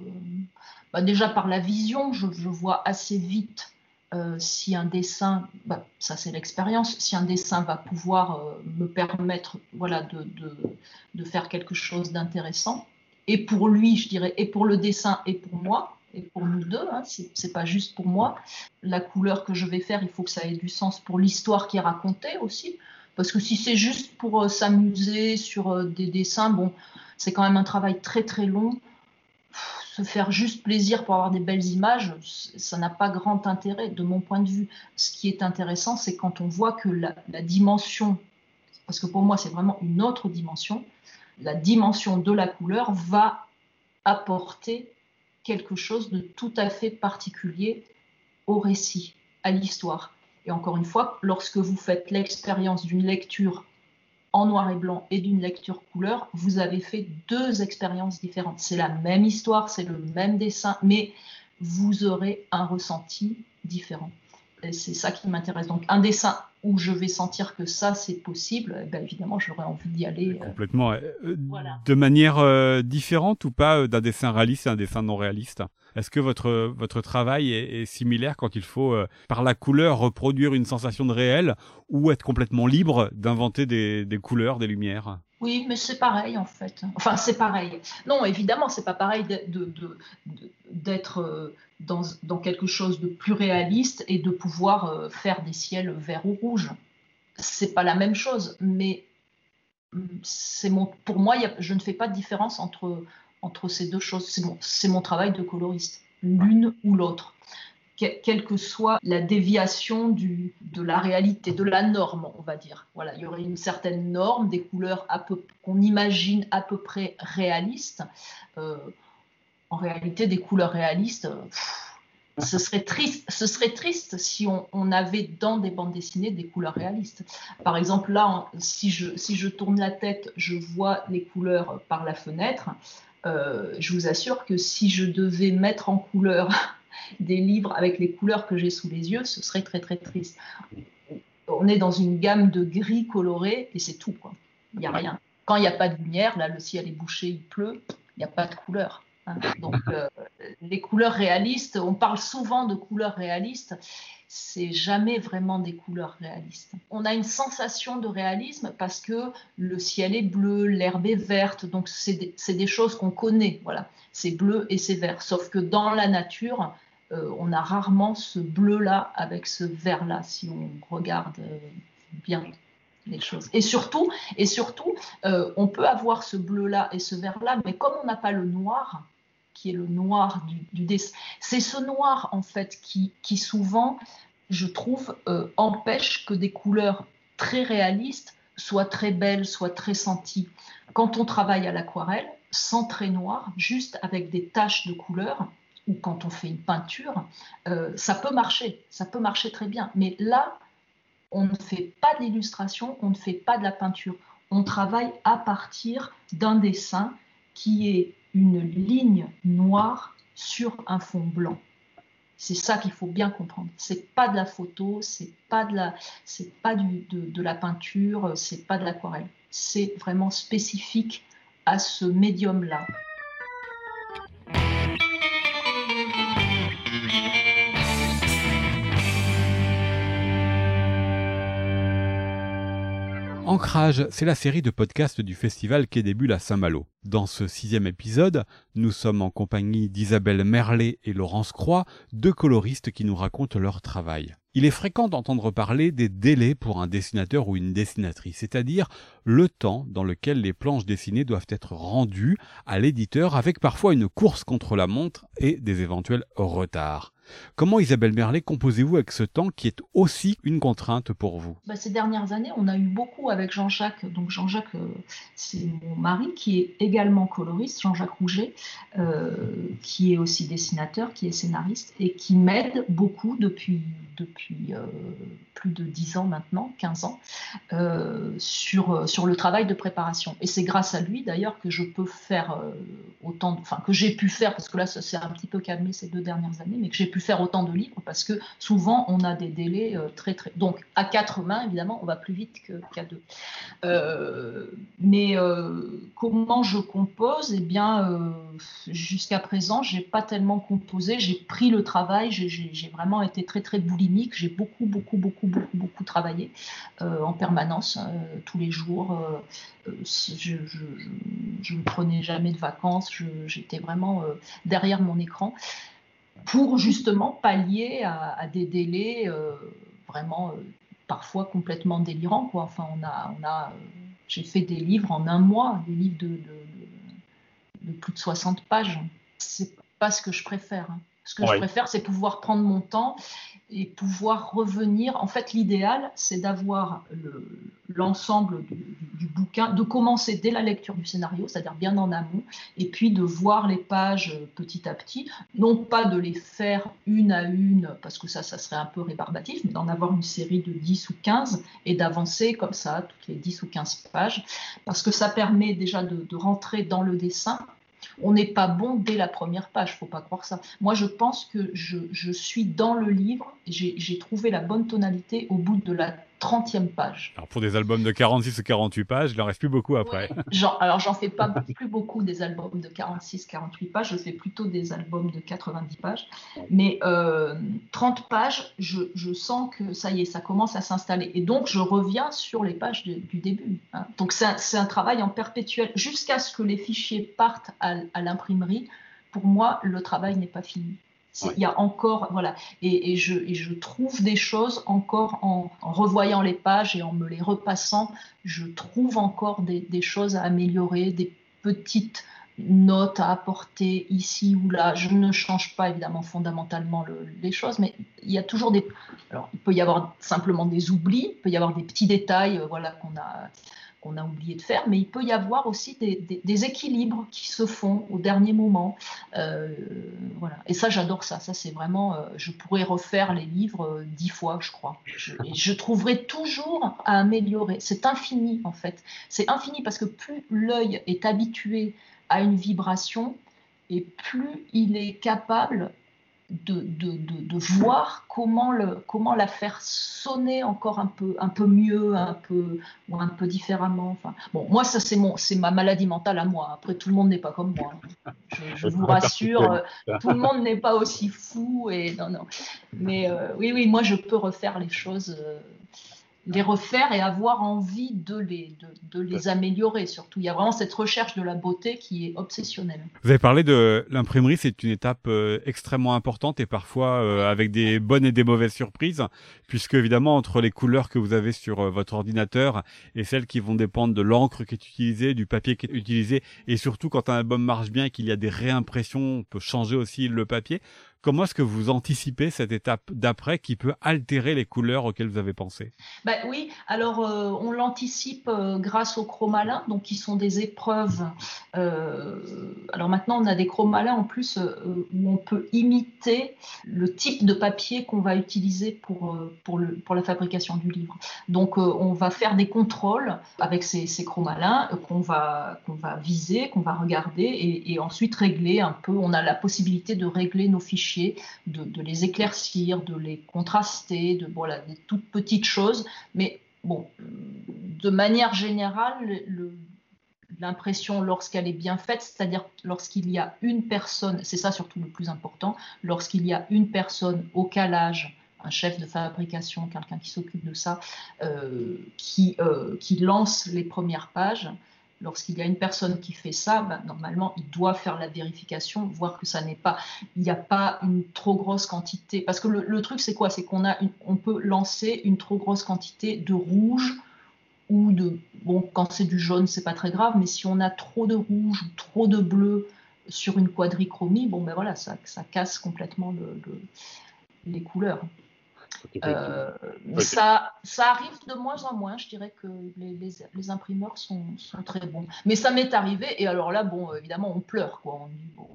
bah, déjà par la vision. Je, je vois assez vite euh, si un dessin, bah, ça c'est l'expérience, si un dessin va pouvoir euh, me permettre voilà, de, de, de faire quelque chose d'intéressant. Et pour lui, je dirais, et pour le dessin et pour moi. Et pour nous deux, hein, c'est, c'est pas juste pour moi. La couleur que je vais faire, il faut que ça ait du sens pour l'histoire qui est racontée aussi. Parce que si c'est juste pour euh, s'amuser sur euh, des dessins, bon, c'est quand même un travail très très long. Pff, se faire juste plaisir pour avoir des belles images, ça n'a pas grand intérêt de mon point de vue. Ce qui est intéressant, c'est quand on voit que la, la dimension, parce que pour moi c'est vraiment une autre dimension, la dimension de la couleur va apporter quelque chose de tout à fait particulier au récit, à l'histoire. Et encore une fois, lorsque vous faites l'expérience d'une lecture en noir et blanc et d'une lecture couleur, vous avez fait deux expériences différentes. C'est la même histoire, c'est le même dessin, mais vous aurez un ressenti différent. Et c'est ça qui m'intéresse. Donc un dessin où je vais sentir que ça c'est possible, eh bien, évidemment j'aurais envie d'y aller. Euh, Complètement. Euh, voilà. De manière euh, différente ou pas euh, d'un dessin réaliste et un dessin non réaliste ? Est-ce que votre, votre travail est, est similaire quand il faut, euh, par la couleur, reproduire une sensation de réel ou être complètement libre d'inventer des, des couleurs, des lumières ? Oui, mais c'est pareil en fait. Enfin, c'est pareil. Non, évidemment, c'est pas pareil de, de, de, de, d'être dans, dans quelque chose de plus réaliste et de pouvoir faire des ciels verts ou rouges. C'est pas la même chose, mais c'est mon, pour moi, y a, je ne fais pas de différence entre, entre ces deux choses. C'est mon, c'est mon travail de coloriste, l'une ou l'autre. Quelle que soit la déviation du, de la réalité, de la norme, on va dire. Voilà, il y aurait une certaine norme, des couleurs à peu, qu'on imagine à peu près réalistes. Euh, en réalité, des couleurs réalistes, pff, ce serait triste, ce serait triste si on, on avait dans des bandes dessinées des couleurs réalistes. Par exemple, là, si je, si je tourne la tête, je vois les couleurs par la fenêtre. Euh, je vous assure que si je devais mettre en couleur des livres avec les couleurs que j'ai sous les yeux, ce serait très très triste. On est dans une gamme de gris colorés et c'est tout, quoi. Il n'y a rien. Quand il n'y a pas de lumière, là le ciel est bouché, il pleut, il n'y a pas de couleur. Hein. Donc euh, les couleurs réalistes, on parle souvent de couleurs réalistes, c'est jamais vraiment des couleurs réalistes. On a une sensation de réalisme parce que le ciel est bleu, l'herbe est verte, donc c'est des, c'est des choses qu'on connaît, voilà. C'est bleu et c'est vert, sauf que dans la nature, Euh, on a rarement ce bleu-là avec ce vert-là, si on regarde euh, bien les choses. Et surtout, et surtout euh, on peut avoir ce bleu-là et ce vert-là, mais comme on n'a pas le noir, qui est le noir du, du dessin, c'est ce noir, en fait, qui, qui souvent, je trouve, euh, empêche que des couleurs très réalistes soient très belles, soient très senties. Quand on travaille à l'aquarelle, sans trait noir, juste avec des taches de couleurs, ou quand on fait une peinture, euh, ça peut marcher, ça peut marcher très bien. Mais là, on ne fait pas de l'illustration, on ne fait pas de la peinture. On travaille à partir d'un dessin qui est une ligne noire sur un fond blanc. C'est ça qu'il faut bien comprendre. C'est pas de la photo, c'est pas de la, c'est pas du, de, de la peinture, c'est pas de l'aquarelle. C'est vraiment spécifique à ce médium-là. Ancrage, c'est la série de podcasts du festival Quai des Bulles à Saint-Malo. Dans ce sixième épisode, nous sommes en compagnie d'Isabelle Merlet et Laurence Croix, deux coloristes qui nous racontent leur travail. Il est fréquent d'entendre parler des délais pour un dessinateur ou une dessinatrice, c'est-à-dire le temps dans lequel les planches dessinées doivent être rendues à l'éditeur avec parfois une course contre la montre et des éventuels retards. Comment, Isabelle Merlet, composez-vous avec ce temps qui est aussi une contrainte pour vous? Bah, ces dernières années, on a eu beaucoup avec Jean-Jacques. Donc Jean-Jacques, euh, c'est mon mari qui est également coloriste, Jean-Jacques Rouget, euh, qui est aussi dessinateur, qui est scénariste et qui m'aide beaucoup depuis, depuis euh, plus de dix ans maintenant, quinze ans, euh, sur, sur le travail de préparation. Et c'est grâce à lui d'ailleurs que je peux faire euh, autant, de, enfin que j'ai pu faire, parce que là ça s'est un petit peu calmé ces deux dernières années, mais que j'ai pu faire autant de livres parce que souvent on a des délais euh, très très... Donc à quatre mains, évidemment, on va plus vite que, qu'à deux. Euh, mais euh, comment je compose? Eh bien, euh, jusqu'à présent, j'ai pas tellement composé. J'ai pris le travail, j'ai, j'ai, j'ai vraiment été très très boulimique. J'ai beaucoup beaucoup beaucoup beaucoup beaucoup travaillé euh, en permanence, euh, tous les jours. Euh, je, je, je ne prenais jamais de vacances. Je, j'étais vraiment euh, derrière mon écran pour justement pallier à, à des délais euh, vraiment euh, parfois complètement délirants, quoi. Enfin, on a, on a, euh, j'ai fait des livres en un mois, des livres de, de, de, de plus de soixante pages. C'est pas ce que je préfère, hein. Ce que ouais. je préfère, c'est pouvoir prendre mon temps et pouvoir revenir. En fait, l'idéal, c'est d'avoir le, l'ensemble du, du bouquin, de commencer dès la lecture du scénario, c'est-à-dire bien en amont, et puis de voir les pages petit à petit, non pas de les faire une à une, parce que ça, ça serait un peu rébarbatif, mais d'en avoir une série de dix ou quinze et d'avancer comme ça, toutes les dix ou quinze pages, parce que ça permet déjà de, de rentrer dans le dessin. On n'est pas bon dès la première page, il ne faut pas croire ça. Moi, je pense que je, je suis dans le livre, j'ai, j'ai trouvé la bonne tonalité au bout de la trentième page. Alors pour des albums de quarante-six ou quarante-huit pages, il en reste plus beaucoup après. Ouais. Genre, alors, j'en fais pas plus beaucoup des albums de quarante-six quarante-huit pages, je fais plutôt des albums de quatre-vingt-dix pages. Mais euh, trente pages, je, je sens que ça y est, ça commence à s'installer. Et donc, je reviens sur les pages de, du début, hein. Donc, c'est un, c'est un travail en perpétuel jusqu'à ce que les fichiers partent à, à l'imprimerie. Pour moi, le travail n'est pas fini. Il ouais. y a encore, voilà, et, et, je, et je trouve des choses encore en, en revoyant les pages et en me les repassant, je trouve encore des, des choses à améliorer, des petites notes à apporter ici ou là. Je ne change pas évidemment fondamentalement le, les choses, mais il y a toujours des... Alors, il peut y avoir simplement des oublis, il peut y avoir des petits détails, euh, voilà, qu'on a... qu'on a oublié de faire, mais il peut y avoir aussi des, des, des équilibres qui se font au dernier moment. Euh, voilà. Et ça, j'adore ça. Ça, c'est vraiment... Euh, je pourrais refaire les livres euh, dix fois, je crois. Je, et je trouverai toujours à améliorer. C'est infini, en fait. C'est infini parce que plus l'œil est habitué à une vibration, et plus il est capable... De, de, de, de voir comment, le, comment la faire sonner encore un peu, un peu mieux, un peu, ou un peu différemment. Enfin, bon, moi, ça, c'est, mon, c'est ma maladie mentale à moi. Après, tout le monde n'est pas comme moi. Je, je vous rassure, tout le monde n'est pas aussi fou. Et, non, non. Mais euh, oui, oui, moi, je peux refaire les choses... Euh, les refaire et avoir envie de les, de, de les améliorer surtout. Il y a vraiment cette recherche de la beauté qui est obsessionnelle. Vous avez parlé de l'imprimerie, c'est une étape euh, extrêmement importante et parfois euh, avec des bonnes et des mauvaises surprises, puisque évidemment entre les couleurs que vous avez sur euh, votre ordinateur et celles qui vont dépendre de l'encre qui est utilisée, du papier qui est utilisé, et surtout quand un album marche bien et qu'il y a des réimpressions, on peut changer aussi le papier. Comment est-ce que vous anticipez cette étape d'après qui peut altérer les couleurs auxquelles vous avez pensé? Ben oui, alors euh, on l'anticipe euh, grâce aux chromalins, donc qui sont des épreuves. Euh, alors maintenant, on a des chromalins en plus euh, où on peut imiter le type de papier qu'on va utiliser pour, euh, pour, le, pour la fabrication du livre. Donc euh, on va faire des contrôles avec ces, ces chromalins euh, qu'on va, qu'on va viser, qu'on va regarder et, et ensuite régler un peu. On a la possibilité de régler nos fichiers. De, de les éclaircir, de les contraster, de voilà, des toutes petites choses. Mais bon, de manière générale, le, l'impression lorsqu'elle est bien faite, c'est-à-dire lorsqu'il y a une personne, c'est ça surtout le plus important, lorsqu'il y a une personne au calage, un chef de fabrication, quelqu'un qui s'occupe de ça, euh, qui, euh, qui lance les premières pages. Lorsqu'il y a une personne qui fait ça, ben, normalement, il doit faire la vérification, voir que ça n'est pas, il n'y a pas une trop grosse quantité. Parce que le, le truc, c'est quoi? C'est qu'on a une, on peut lancer une trop grosse quantité de rouge ou de, bon, quand c'est du jaune, c'est pas très grave, mais si on a trop de rouge ou trop de bleu sur une quadrichromie, bon, ben voilà, ça, ça casse complètement le, le les couleurs. Okay, euh, okay. ça, ça arrive de moins en moins. Je dirais que les, les, les imprimeurs sont, sont très bons. Mais ça m'est arrivé, et alors là, bon, évidemment, on pleure, quoi. On dit, bon,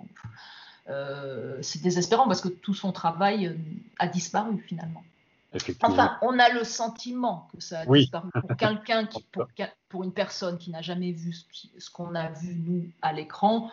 euh, c'est désespérant parce que tout son travail a disparu finalement. Enfin, on a le sentiment que ça a oui. disparu pour quelqu'un qui, pour, pour une personne qui n'a jamais vu ce, qui, ce qu'on a vu nous à l'écran.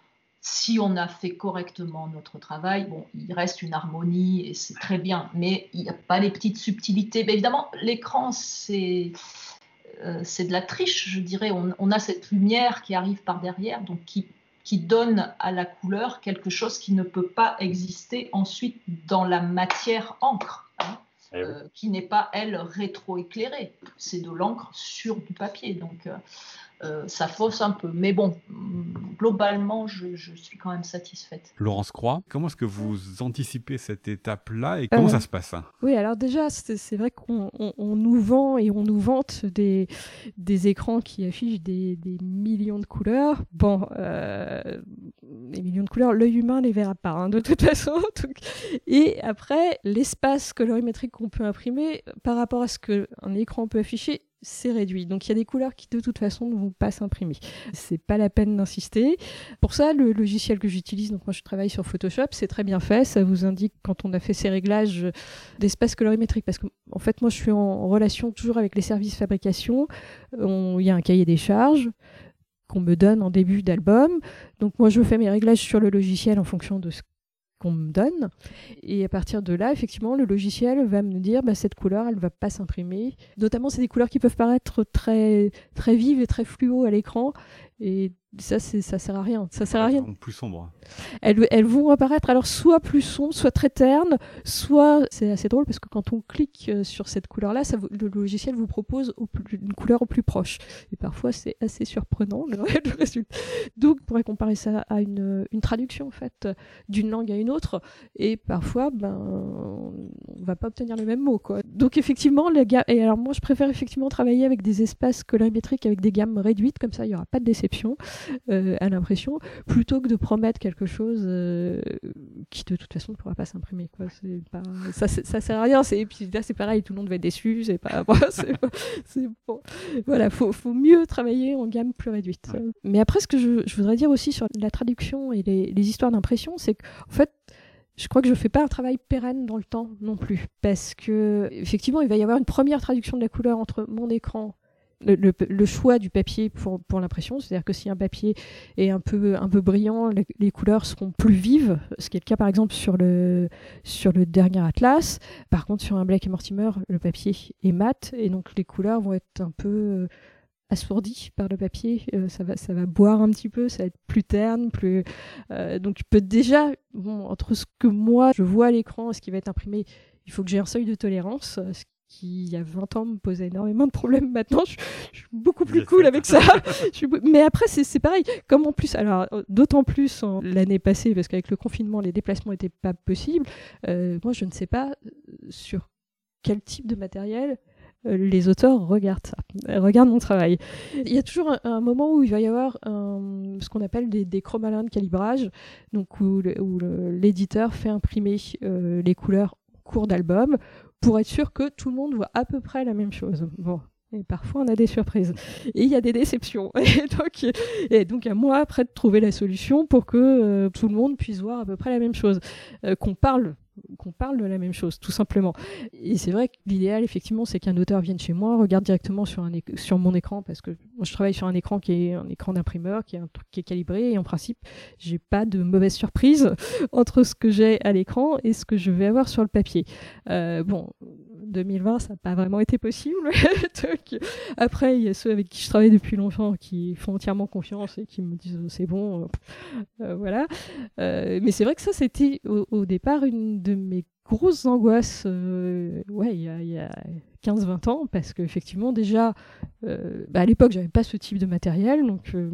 Si on a fait correctement notre travail, bon, il reste une harmonie et c'est très bien, mais il n'y a pas les petites subtilités. Mais évidemment, l'écran, c'est, euh, c'est de la triche, je dirais. On, on a cette lumière qui arrive par derrière, donc qui, qui donne à la couleur quelque chose qui ne peut pas exister ensuite dans la matière encre, hein, eh oui. euh, qui n'est pas, elle, rétroéclairée. C'est de l'encre sur du papier, donc... Euh, Euh, ça fausse un peu, mais bon, globalement, je, je suis quand même satisfaite. Laurence Croix, comment est-ce que vous anticipez cette étape-là et comment euh, ça se passe? Oui, alors déjà, c'est, c'est vrai qu'on on, on nous vend et on nous vante des, des écrans qui affichent des, des millions de couleurs. Bon, euh, des millions de couleurs, l'œil humain les verra pas, hein, de toute façon. Donc... Et après, l'espace colorimétrique qu'on peut imprimer par rapport à ce qu'un écran peut afficher, c'est réduit. Donc il y a des couleurs qui de toute façon ne vont pas s'imprimer. C'est pas la peine d'insister. Pour ça, le logiciel que j'utilise, donc moi je travaille sur Photoshop, c'est très bien fait. Ça vous indique quand on a fait ces réglages d'espace colorimétrique, parce que en fait moi je suis en relation toujours avec les services fabrication. Il y a un cahier des charges qu'on me donne en début d'album. Donc moi je fais mes réglages sur le logiciel en fonction de ce qu'on me donne, et à partir de là, effectivement, le logiciel va me dire bah, cette couleur, elle va pas s'imprimer. Notamment, c'est des couleurs qui peuvent paraître très, très vives et très fluo à l'écran, et ça, c'est, ça sert à rien. Ça sert à rien. Plus sombre. Elles, elles vont apparaître alors soit plus sombres, soit très ternes, soit c'est assez drôle parce que quand on clique sur cette couleur-là, ça vous, le logiciel vous propose au plus, une couleur au plus proche. Et parfois, c'est assez surprenant le, le résultat. Donc, on pourrait comparer ça à une, une traduction en fait d'une langue à une autre, et parfois, ben, on va pas obtenir le même mot, quoi. Donc, effectivement, les ga- et alors moi, je préfère effectivement travailler avec des espaces colorimétriques avec des gammes réduites, comme ça, il y aura pas de déception. Euh, à l'impression, plutôt que de promettre quelque chose euh, qui de toute façon ne pourra pas s'imprimer, quoi. C'est pas, ça, c'est, ça sert à rien. C'est, et puis là c'est pareil, tout le monde va être déçu. C'est pas, bon, c'est, c'est bon. Voilà, faut, faut mieux travailler en gamme plus réduite. Ouais. Mais après, ce que je, je voudrais dire aussi sur la traduction et les, les histoires d'impression, c'est qu'en fait, je crois que je ne fais pas un travail pérenne dans le temps non plus, parce que effectivement, il va y avoir une première traduction de la couleur entre mon écran. Le, le, le choix du papier pour, pour l'impression, c'est-à-dire que si un papier est un peu, un peu brillant, les, les couleurs seront plus vives, ce qui est le cas par exemple sur le, sur le dernier Atlas. Par contre, sur un Blake et Mortimer, le papier est mat, et donc les couleurs vont être un peu assourdies par le papier, euh, ça, va, ça va boire un petit peu, ça va être plus terne, plus... Euh, donc tu peux déjà, bon, entre ce que moi je vois à l'écran et ce qui va être imprimé, il faut que j'ai un seuil de tolérance, ce qui, il y a vingt ans, me posait énormément de problèmes. Maintenant, je, je suis beaucoup plus cool avec ça. je suis, mais après, c'est, c'est pareil. Comme en plus, alors, d'autant plus en, l'année passée, parce qu'avec le confinement, les déplacements n'étaient pas possibles, euh, moi, je ne sais pas sur quel type de matériel euh, les auteurs regardent ça, regardent mon travail. Il y a toujours un, un moment où il va y avoir un, ce qu'on appelle des, des chromalins de calibrage, donc où, le, où le, l'éditeur fait imprimer euh, les couleurs au cours d'album, pour être sûr que tout le monde voit à peu près la même chose. Bon. Et parfois, on a des surprises. Et il y a des déceptions. Et donc, et donc, à moi, après, de trouver la solution pour que euh, tout le monde puisse voir à peu près la même chose. Euh, qu'on parle qu'on parle de la même chose, tout simplement. Et c'est vrai que l'idéal, effectivement, c'est qu'un auteur vienne chez moi, regarde directement sur, un éc- sur mon écran, parce que moi, je travaille sur un écran qui est un écran d'imprimeur, qui est un truc qui est calibré, et en principe, j'ai pas de mauvaise surprise entre ce que j'ai à l'écran et ce que je vais avoir sur le papier. Euh, bon, deux mille vingt, ça n'a pas vraiment été possible. Donc, après, il y a ceux avec qui je travaille depuis longtemps qui font entièrement confiance et qui me disent c'est bon, euh, voilà. Euh, mais c'est vrai que ça, c'était au, au départ une de mes grosses angoisses, euh, ouais, il y a, y a quinze vingt ans, parce qu'effectivement, déjà, euh, bah à l'époque, j'avais pas ce type de matériel, donc euh,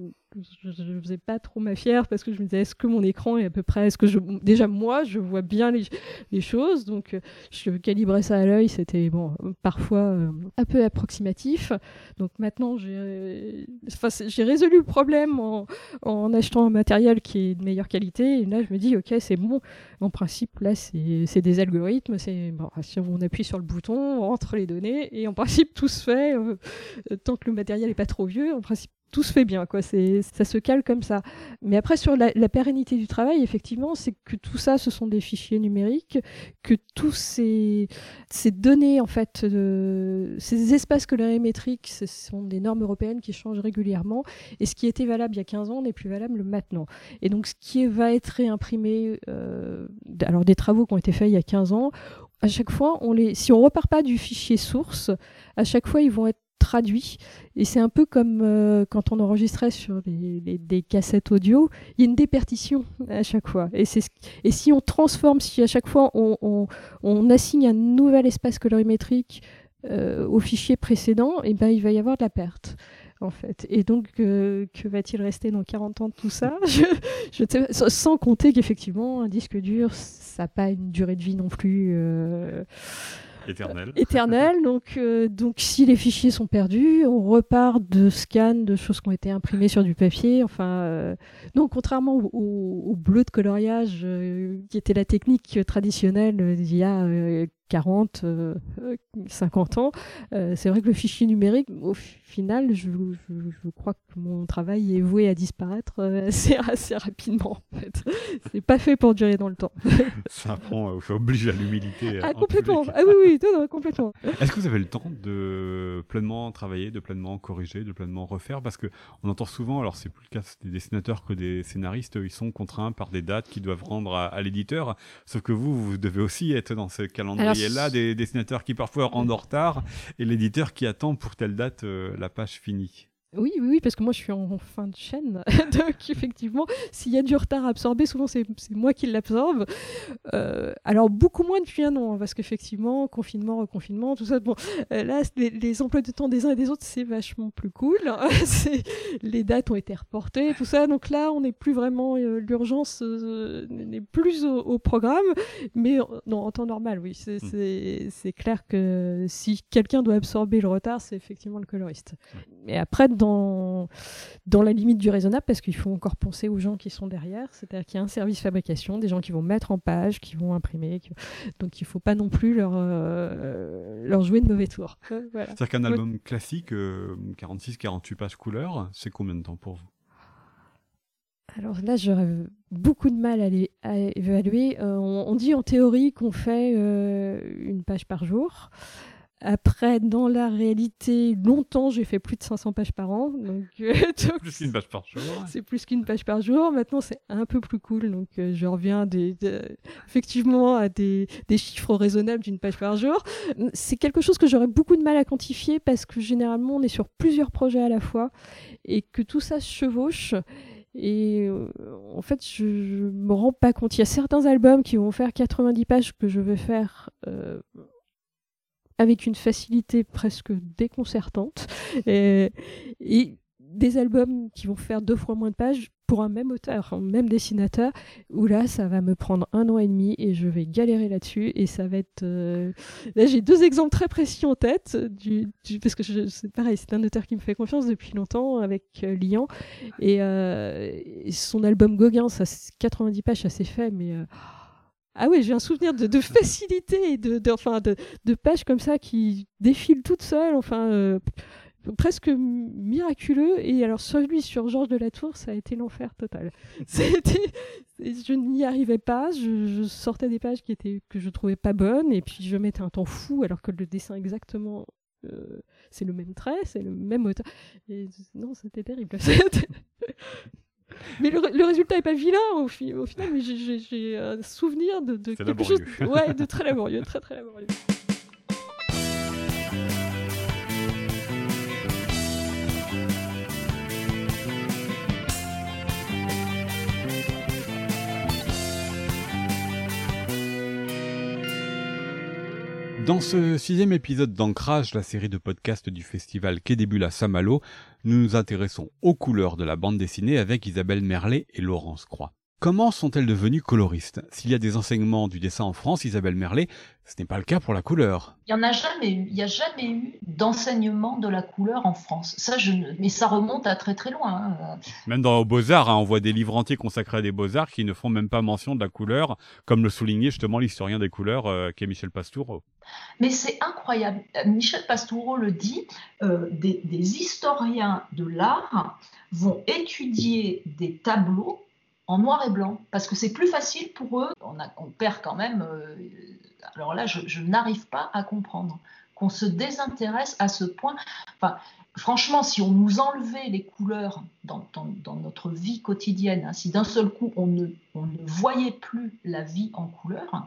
je ne faisais pas trop ma fière, parce que je me disais, est-ce que mon écran est à peu près, est-ce que je, déjà moi, je vois bien les, les choses, donc euh, je calibrais ça à l'œil, c'était bon, parfois euh, un peu approximatif, donc maintenant, j'ai, enfin, j'ai résolu le problème en, en achetant un matériel qui est de meilleure qualité, et là, je me dis, ok, c'est bon, en principe, là, c'est c'est, c'est des algorithmes, c'est, bon, si on appuie sur le bouton, on rentre les données, et en principe, tout se fait, euh, tant que le matériel n'est pas trop vieux, en principe, tout se fait bien, quoi. C'est, ça se cale comme ça. Mais après, sur la, la pérennité du travail, effectivement, c'est que tout ça, ce sont des fichiers numériques, que tous ces, ces données, en fait, de, ces espaces colorimétriques, ce sont des normes européennes qui changent régulièrement, et ce qui était valable il y a quinze ans n'est plus valable maintenant. Et donc, ce qui va être réimprimé, euh, alors des travaux qui ont été faits il y a quinze ans, à chaque fois, on les, si on ne repart pas du fichier source, à chaque fois, ils vont être traduit, et c'est un peu comme euh, quand on enregistrait sur les, les, des cassettes audio, il y a une déperdition à chaque fois, et, c'est ce, et si on transforme, si à chaque fois on, on, on assigne un nouvel espace colorimétrique euh, au fichier précédent, et ben, il va y avoir de la perte, en fait. Et donc, euh, que va-t-il rester dans quarante ans de tout ça? je, je sais pas, sans compter qu'effectivement, un disque dur, ça n'a pas une durée de vie non plus... Euh, Éternel. Euh, éternel. Donc, euh, donc, si les fichiers sont perdus, on repart de scans de choses qui ont été imprimées sur du papier. Enfin, euh, donc, contrairement au, au, au bleu de coloriage, euh, qui était la technique traditionnelle euh, d'il y a euh, quarante, euh, cinquante ans, euh, c'est vrai que le fichier numérique, au final, je, je, je crois que mon travail est voué à disparaître euh, assez, assez rapidement. En fait. C'est pas fait pour durer dans le temps. Ça apprend, ça oblige à l'humilité. Ah, complètement. Ah oui, oui, non, non, complètement. Est-ce que vous avez le temps de pleinement travailler, de pleinement corriger, de pleinement refaire? Parce que on entend souvent, alors c'est plus le cas des dessinateurs que des scénaristes, ils sont contraints par des dates qu'ils doivent rendre à, à l'éditeur. Sauf que vous, vous devez aussi être dans ce calendrier. Et là, des dessinateurs qui parfois rendent en retard et l'éditeur qui attend pour telle date euh, la page finie. Oui, oui, oui, parce que moi je suis en fin de chaîne. Donc effectivement, s'il y a du retard à absorber, souvent c'est, c'est moi qui l'absorbe. Euh, alors beaucoup moins depuis un an, hein, parce qu'effectivement, confinement, reconfinement, tout ça. Bon, euh, là, les, les emplois de temps des uns et des autres, c'est vachement plus cool. c'est, les dates ont été reportées, tout ça. Donc là, on n'est plus vraiment euh, l'urgence euh, n'est plus au, au programme, mais non, en temps normal, oui. C'est, mmh. c'est, c'est clair que si quelqu'un doit absorber le retard, c'est effectivement le coloriste. Et après, Dans, dans la limite du raisonnable, parce qu'il faut encore penser aux gens qui sont derrière, c'est-à-dire qu'il y a un service fabrication, des gens qui vont mettre en page, qui vont imprimer, qui... donc il ne faut pas non plus leur, euh, leur jouer de mauvais tours. Voilà. C'est-à-dire qu'un album ouais. classique, euh, quarante-six quarante-huit pages couleur, c'est combien de temps pour vous? Alors là, j'aurais beaucoup de mal à, les, à évaluer. Euh, on, on dit en théorie qu'on fait euh, une page par jour. Après, dans la réalité, longtemps, j'ai fait plus de cinq cents pages par an. Donc, euh, donc plus qu'une page par jour. C'est plus qu'une page par jour. Maintenant, c'est un peu plus cool. Donc, euh, je reviens des, des, effectivement à des, des chiffres raisonnables d'une page par jour. C'est quelque chose que j'aurais beaucoup de mal à quantifier parce que généralement, on est sur plusieurs projets à la fois et que tout ça se chevauche. Et euh, en fait, je ne me rends pas compte. Il y a certains albums qui vont faire quatre-vingt-dix pages que je vais faire... Euh, avec une facilité presque déconcertante, et, et des albums qui vont faire deux fois moins de pages pour un même auteur, un même dessinateur, où là, ça va me prendre un an et demi et je vais galérer là-dessus, et ça va être... Euh... Là, j'ai deux exemples très précis en tête, du, du... parce que je, c'est pareil, c'est un auteur qui me fait confiance depuis longtemps, avec euh, Lian, et, euh, et son album Gauguin, ça, c'est quatre-vingt-dix pages, ça c'est fait, mais... Euh... Ah oui, j'ai un souvenir de, de facilité et de, de, enfin, de, de pages comme ça qui défilent toutes seules, enfin, euh, presque miraculeux. Et alors, celui sur Georges de la Tour, ça a été l'enfer total. C'était, je n'y arrivais pas, je, je sortais des pages qui étaient, que je trouvais pas bonnes, et puis je mettais un temps fou, alors que le dessin exactement, euh, c'est le même trait, c'est le même auteur. Et non, c'était terrible. Mais le, le résultat n'est pas vilain au, fi, au final, mais j'ai, j'ai, j'ai un souvenir de, de quelque laborieux. chose de, ouais, de très laborieux, très très laborieux. Dans ce sixième épisode d'Ancrage, la série de podcasts du festival Quai des Bulles à Saint-Malo, nous nous intéressons aux couleurs de la bande dessinée avec Isabelle Merlet et Laurence Croix. Comment sont-elles devenues coloristes? S'il y a des enseignements du dessin en France, Isabelle Merlet, ce n'est pas le cas pour la couleur. Il n'y en a jamais eu. Il n'y a jamais eu d'enseignement de la couleur en France. Ça, je ne... Mais ça remonte à très très loin. Hein. Même dans Beaux-Arts, hein, on voit des livres entiers consacrés à des Beaux-Arts qui ne font même pas mention de la couleur, comme le soulignait justement l'historien des couleurs, euh, qui est Michel Pastoureau. Mais c'est incroyable. Michel Pastoureau le dit, euh, des, des historiens de l'art vont étudier des tableaux en noir et blanc, parce que c'est plus facile pour eux. On, a, on perd quand même... Euh, alors là, je, je n'arrive pas à comprendre qu'on se désintéresse à ce point. Enfin, franchement, si on nous enlevait les couleurs dans, dans, dans notre vie quotidienne, hein, si d'un seul coup on ne, on ne voyait plus la vie en couleur,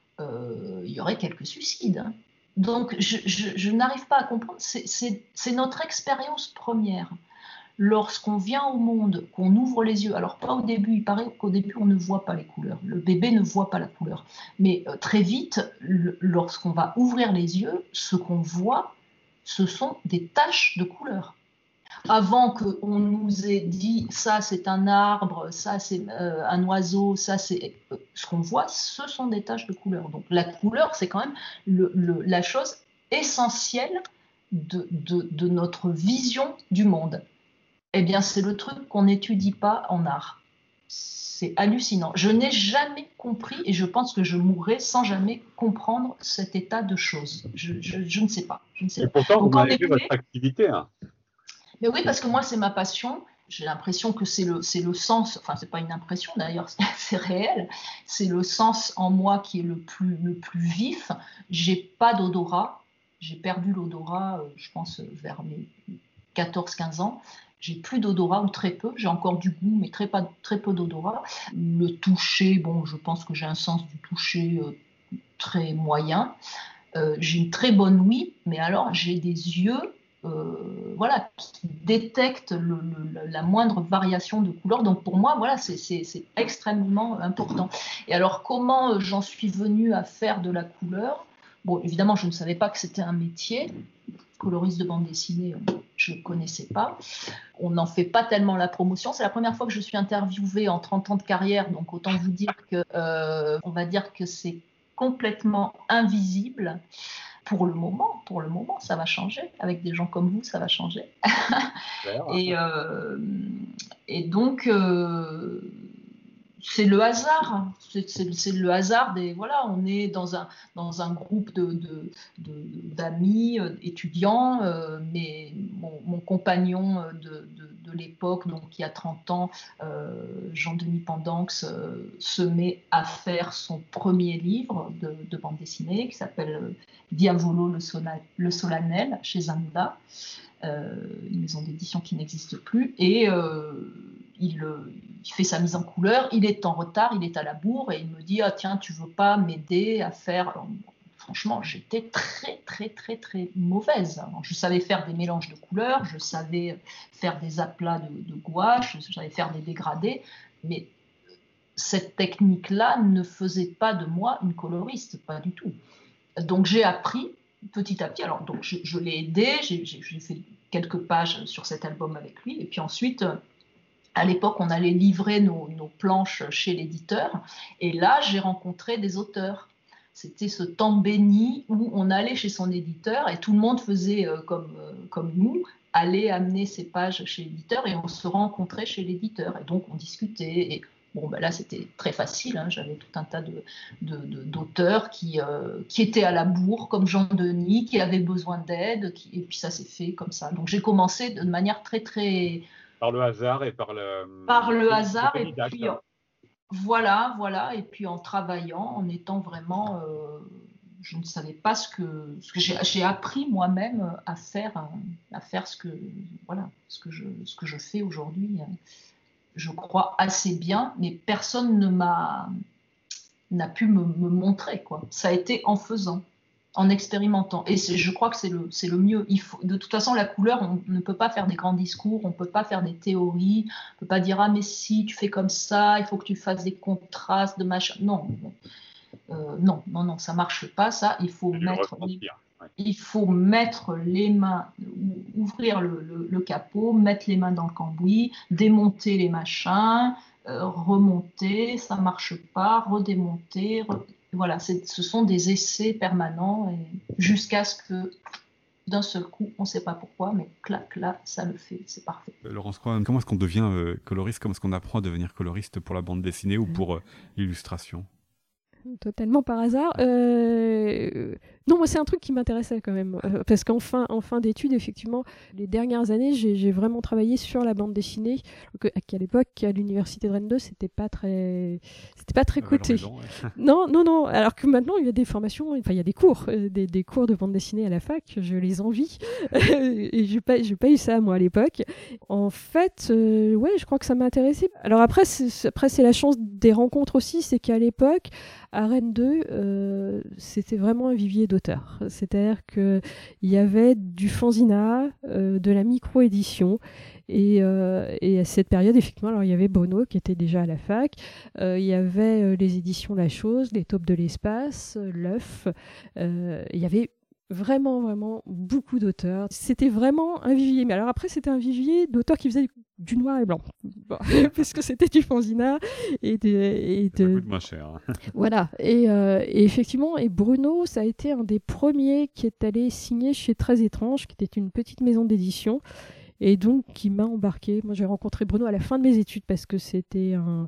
euh, il y aurait quelques suicides. Hein. Donc, je, je, je n'arrive pas à comprendre. C'est, c'est, c'est notre expérience première. Lorsqu'on vient au monde, qu'on ouvre les yeux, alors pas au début, il paraît qu'au début on ne voit pas les couleurs, le bébé ne voit pas la couleur, mais euh, très vite, le, lorsqu'on va ouvrir les yeux, ce qu'on voit, ce sont des taches de couleur. Avant qu'on nous ait dit ça c'est un arbre, ça c'est euh, un oiseau, ça c'est euh, ce qu'on voit, ce sont des taches de couleur. Donc la couleur c'est quand même le, le, la chose essentielle de, de, de notre vision du monde. Eh bien, c'est le truc qu'on n'étudie pas en art. C'est hallucinant. Je n'ai jamais compris et je pense que je mourrai sans jamais comprendre cet état de choses. Je, je, je ne sais pas. Je ne sais et pas. pourtant, Donc, vous m'avez vu votre activité. Hein. Mais oui, parce que moi, c'est ma passion. J'ai l'impression que c'est le, c'est le sens, enfin, c'est pas une impression d'ailleurs, c'est réel. C'est le sens en moi qui est le plus, le plus vif. J'ai pas d'odorat. J'ai perdu l'odorat, je pense, vers mes quatorze quinze ans. J'ai plus d'odorat ou très peu. J'ai encore du goût, mais très, pas, très peu d'odorat. Le toucher, bon, je pense que j'ai un sens du toucher euh, très moyen. Euh, j'ai une très bonne ouïe, mais alors j'ai des yeux, euh, voilà, qui détectent le, le, la moindre variation de couleur. Donc pour moi, voilà, c'est, c'est, c'est extrêmement important. Et alors comment j'en suis venue à faire de la couleur? Bon, évidemment, je ne savais pas que c'était un métier. Coloriste de bande dessinée, je ne connaissais pas. On n'en fait pas tellement la promotion. C'est la première fois que je suis interviewée en trente ans de carrière, donc autant vous dire que, euh, on va dire que c'est complètement invisible. Pour le moment, pour le moment, ça va changer. Avec des gens comme vous, ça va changer. et, euh, et donc, euh, c'est le hasard, c'est, c'est, c'est le hasard des voilà, on est dans un dans un groupe de, de, de d'amis euh, étudiants, euh, mais mon, mon compagnon de, de, de l'époque, donc qui a trente ans, euh, Jean-Denis Pendanx, euh, se met à faire son premier livre de, de bande dessinée qui s'appelle Diavolo le, Sona, le solennel chez Zamunda, euh, une maison d'édition qui n'existe plus, et euh, il, il fait sa mise en couleur, il est en retard, il est à la bourre, et il me dit ah, tiens, tu veux pas m'aider à faire. Alors, franchement, j'étais très, très, très, très mauvaise. Alors, je savais faire des mélanges de couleurs, je savais faire des aplats de, de gouache, je savais faire des dégradés, mais cette technique-là ne faisait pas de moi une coloriste, pas du tout. Donc, j'ai appris petit à petit. Alors, donc, je, je l'ai aidé, j'ai, j'ai, j'ai fait quelques pages sur cet album avec lui, et puis ensuite, à l'époque, on allait livrer nos, nos planches chez l'éditeur, et là, j'ai rencontré des auteurs. C'était ce temps béni où on allait chez son éditeur et tout le monde faisait euh, comme, euh, comme nous, allait amener ses pages chez l'éditeur et on se rencontrait chez l'éditeur. Et donc, on discutait. Et bon, ben là, c'était très facile. Hein. J'avais tout un tas de, de, de, d'auteurs qui, euh, qui étaient à la bourre, comme Jean-Denis, qui avaient besoin d'aide. Qui, et puis, ça s'est fait comme ça. Donc, j'ai commencé de manière très, très... Par le hasard et par le... Par le hasard. Et puis, voilà, voilà. Et puis, en travaillant, en étant vraiment... Euh, je ne savais pas ce que, ce que j'ai, j'ai appris moi-même à faire, à faire ce que, voilà, ce que je, ce que je fais aujourd'hui. Je crois assez bien, mais personne ne m'a, n'a pu me, me montrer, quoi. Ça a été en faisant, en expérimentant. Et c'est, je crois que c'est le, c'est le mieux. Il faut, de toute façon, la couleur, on ne peut pas faire des grands discours, on ne peut pas faire des théories, on ne peut pas dire « Ah, mais si, tu fais comme ça, il faut que tu fasses des contrastes, de machin. » Non, euh, non, non, non, ça ne marche pas, ça. Il faut mettre... Il faut mettre les mains, ouvrir le, le, le capot, mettre les mains dans le cambouis, démonter les machins, euh, remonter, ça marche pas, redémonter. Re... Voilà, c'est, ce sont des essais permanents et jusqu'à ce que d'un seul coup, on ne sait pas pourquoi, mais clac, là, ça le fait, c'est parfait. Euh, Laurence Croix, comment est-ce qu'on devient euh, coloriste? Comment est-ce qu'on apprend à devenir coloriste pour la bande dessinée ou pour euh, l'illustration? Totalement par hasard. Euh... Non, moi, c'est un truc qui m'intéressait quand même. Euh, parce qu'en fin, en fin d'études, effectivement, les dernières années, j'ai, j'ai vraiment travaillé sur la bande dessinée. Donc, à l'époque, à l'université de Rennes deux, c'était pas très, c'était pas très coté. Maison, ouais. Non, non, non. Alors que maintenant, il y a des formations, enfin, il y a des cours, euh, des, des cours de bande dessinée à la fac. Je les envie. Et j'ai pas, j'ai pas eu ça, moi, à l'époque. En fait, euh, ouais, je crois que ça m'a intéressé. Alors après, c'est, après, c'est la chance des rencontres aussi. C'est qu'à l'époque, à Rennes deux, euh, c'était vraiment un vivier d'auteurs. C'est-à-dire qu'il y avait du fanzina, euh, de la micro-édition. Et, euh, et à cette période, effectivement, alors, il y avait Bruno qui était déjà à la fac. Euh, il y avait euh, les éditions La Chose, les Taupes de l'espace, euh, L'Œuf. Euh, il y avait vraiment, vraiment beaucoup d'auteurs. C'était vraiment un vivier. Mais alors après, c'était un vivier d'auteurs qui faisaient du noir et blanc. Bon, parce que c'était du fanzina et de... Et de... Ça coûte moins cher. Voilà. Et, euh, et effectivement, et Bruno, ça a été un des premiers qui est allé signer chez Très Étrange, qui était une petite maison d'édition. Et donc, qui m'a embarqué. Moi, j'ai rencontré Bruno à la fin de mes études parce que c'était un...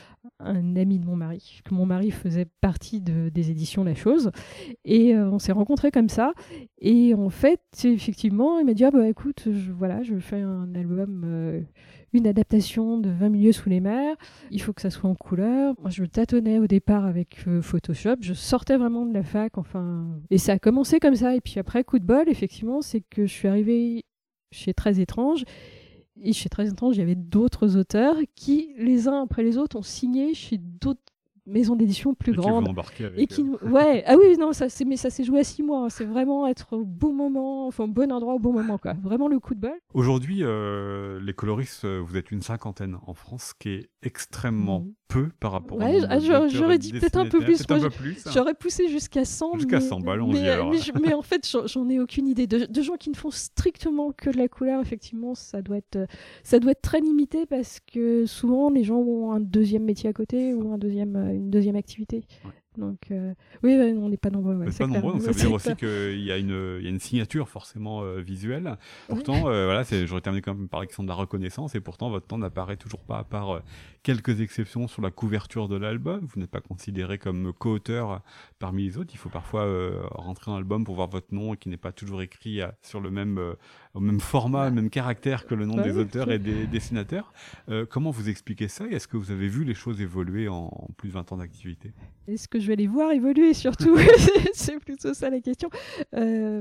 un ami de mon mari, que mon mari faisait partie de, des éditions La Chose, et euh, on s'est rencontrés comme ça, et en fait, effectivement, il m'a dit, ah bah écoute, je, voilà, je fais un album, euh, une adaptation de vingt milieux sous les mers, il faut que ça soit en couleur. Moi, je tâtonnais au départ avec euh, Photoshop, je sortais vraiment de la fac, enfin, et ça a commencé comme ça, et puis après, coup de bol, effectivement, c'est que je suis arrivée chez Très Étrange. Et chez Très Étrange, il y avait d'autres auteurs qui, les uns après les autres, ont signé chez d'autres maisons d'édition plus et grandes. Qui vous avec et qui nous... Ouais, ah oui, non, ça, c'est... mais ça s'est joué à six mois. Hein. C'est vraiment être au bon moment, enfin au bon endroit au bon moment, quoi. Vraiment le coup de bol. Aujourd'hui, euh, les coloristes, vous êtes une cinquantaine en France, ce qui est extrêmement mmh. peu par rapport ouais, à j'aurais, j'aurais dit peut-être un peu plus. Moi, un peu plus hein. J'aurais poussé jusqu'à cent. Jusqu'à mais, cent, bah allons-y mais, alors. Mais, je, mais en fait, j'en, j'en ai aucune idée. De, de gens qui ne font strictement que de la couleur, effectivement, ça doit être, ça doit être très limité parce que souvent, les gens ont un deuxième métier à côté ou un deuxième, une deuxième activité. Ouais. Donc, euh, oui, ouais, on n'est pas nombreux. Ouais, c'est pas clair. nombreux, donc ça veut dire aussi qu'il y a une, il y a une signature forcément euh, visuelle. Pourtant, euh, voilà, c'est, j'aurais terminé quand même par exemple de la reconnaissance, et pourtant votre nom n'apparaît toujours pas, à part euh, quelques exceptions sur la couverture de l'album. Vous n'êtes pas considéré comme co-auteur parmi les autres. Il faut parfois euh, rentrer dans l'album pour voir votre nom, qui n'est pas toujours écrit euh, sur le même, euh, au même format, le même caractère que le nom ouais, des auteurs et des dessinateurs. Euh, comment vous expliquez ça, et est-ce que vous avez vu les choses évoluer en, en plus de vingt ans d'activité? Est-ce que je vais les voir évoluer surtout? C'est plutôt ça la question. Euh,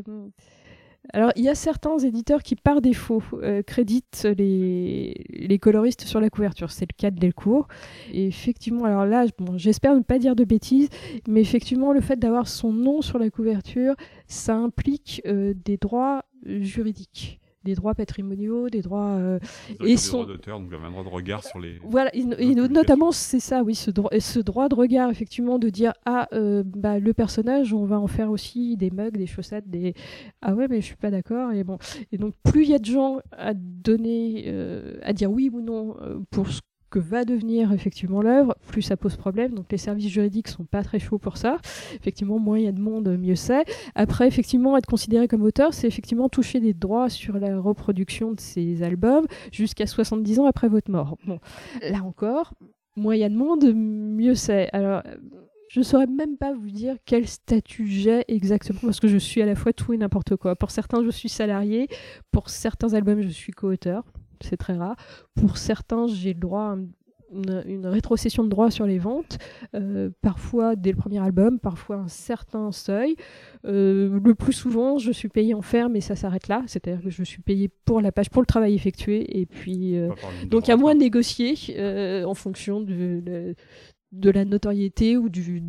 alors, il y a certains éditeurs qui, par défaut, euh, créditent les, les coloristes sur la couverture. C'est le cas de Delcourt. Et effectivement, alors là, bon, j'espère ne pas dire de bêtises, mais effectivement, le fait d'avoir son nom sur la couverture, ça implique euh, des droits juridiques. Des droits patrimoniaux, des droits... Euh, et des son... droits d'auteur, donc il y avait un droit de regard sur les... Voilà, et, et notamment, c'est ça, oui, ce, dro- ce droit de regard, effectivement, de dire, ah, euh, bah, le personnage, on va en faire aussi des mugs, des chaussettes, des... Ah ouais, mais je suis pas d'accord, et bon... Et donc, plus il y a de gens à donner, euh, à dire oui ou non euh, pour ce que va devenir effectivement l'œuvre, plus ça pose problème. Donc les services juridiques sont pas très chauds pour ça. Effectivement, moins il y a de monde, mieux c'est. Après, effectivement, être considéré comme auteur, c'est effectivement toucher des droits sur la reproduction de ces albums jusqu'à soixante-dix ans après votre mort. Bon, là encore, moins il y a de monde, mieux c'est. Alors, je ne saurais même pas vous dire quel statut j'ai exactement, parce que je suis à la fois tout et n'importe quoi. Pour certains, je suis salarié. Pour certains albums, je suis co-auteur. C'est très rare. Pour certains, j'ai le droit à une, une rétrocession de droits sur les ventes, euh, parfois dès le premier album, parfois un certain seuil. Euh, le plus souvent, je suis payée en ferme et ça s'arrête là. C'est-à-dire que je suis payée pour la page, pour le travail effectué. Et puis, euh, donc à moi de négocier euh, en fonction de, de, de la notoriété ou du...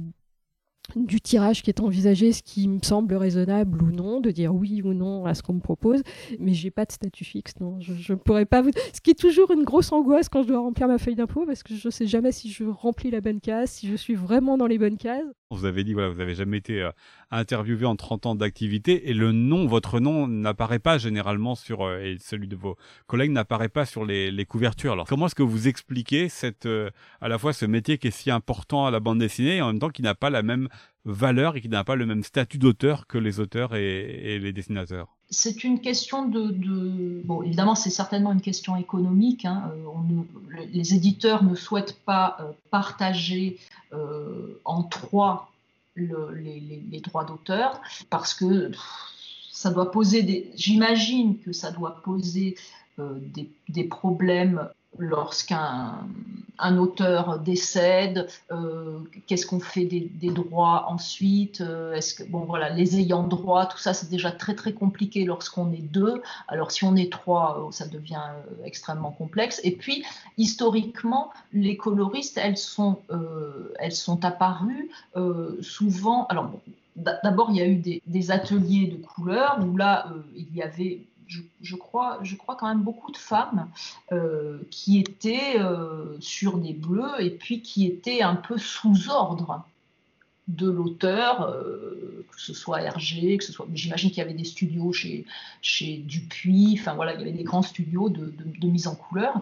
du tirage qui est envisagé, ce qui me semble raisonnable ou non, de dire oui ou non à ce qu'on me propose, mais j'ai pas de statut fixe, non, je ne pourrais pas vous... Ce qui est toujours une grosse angoisse quand je dois remplir ma feuille d'impôt, parce que je sais jamais si je remplis la bonne case, si je suis vraiment dans les bonnes cases. Vous avez dit, voilà, vous n'avez jamais été euh, interviewé en trente ans d'activité et le nom, votre nom n'apparaît pas généralement sur, euh, et celui de vos collègues n'apparaît pas sur les, les couvertures. Alors, comment est-ce que vous expliquez cette, euh, à la fois ce métier qui est si important à la bande dessinée et en même temps qui n'a pas la même valeur et qui n'a pas le même statut d'auteur que les auteurs et, et les dessinateurs? C'est une question de, de... Bon, évidemment, c'est certainement une question économique. Hein. Euh, on ne... Les éditeurs ne souhaitent pas euh, partager euh, en trois le, les, les, les droits d'auteur parce que pff, ça doit poser des... J'imagine que ça doit poser euh, des, des problèmes lorsqu'un un auteur décède, euh, qu'est-ce qu'on fait des, des droits ensuite, euh, est-ce que, bon voilà, les ayants droit, tout ça c'est déjà très très compliqué lorsqu'on est deux, alors si on est trois, ça devient euh, extrêmement complexe. Et puis historiquement, les coloristes, elles sont, euh, elles sont apparues euh, souvent, alors bon, d'abord il y a eu des, des ateliers de couleurs où là euh, il y avait Je, je, crois, je crois quand même beaucoup de femmes euh, qui étaient euh, sur des bleus et puis qui étaient un peu sous ordre de l'auteur, euh, que ce soit Hergé, que ce soit, j'imagine qu'il y avait des studios chez, chez Dupuis, enfin voilà, il y avait des grands studios de, de, de mise en couleur.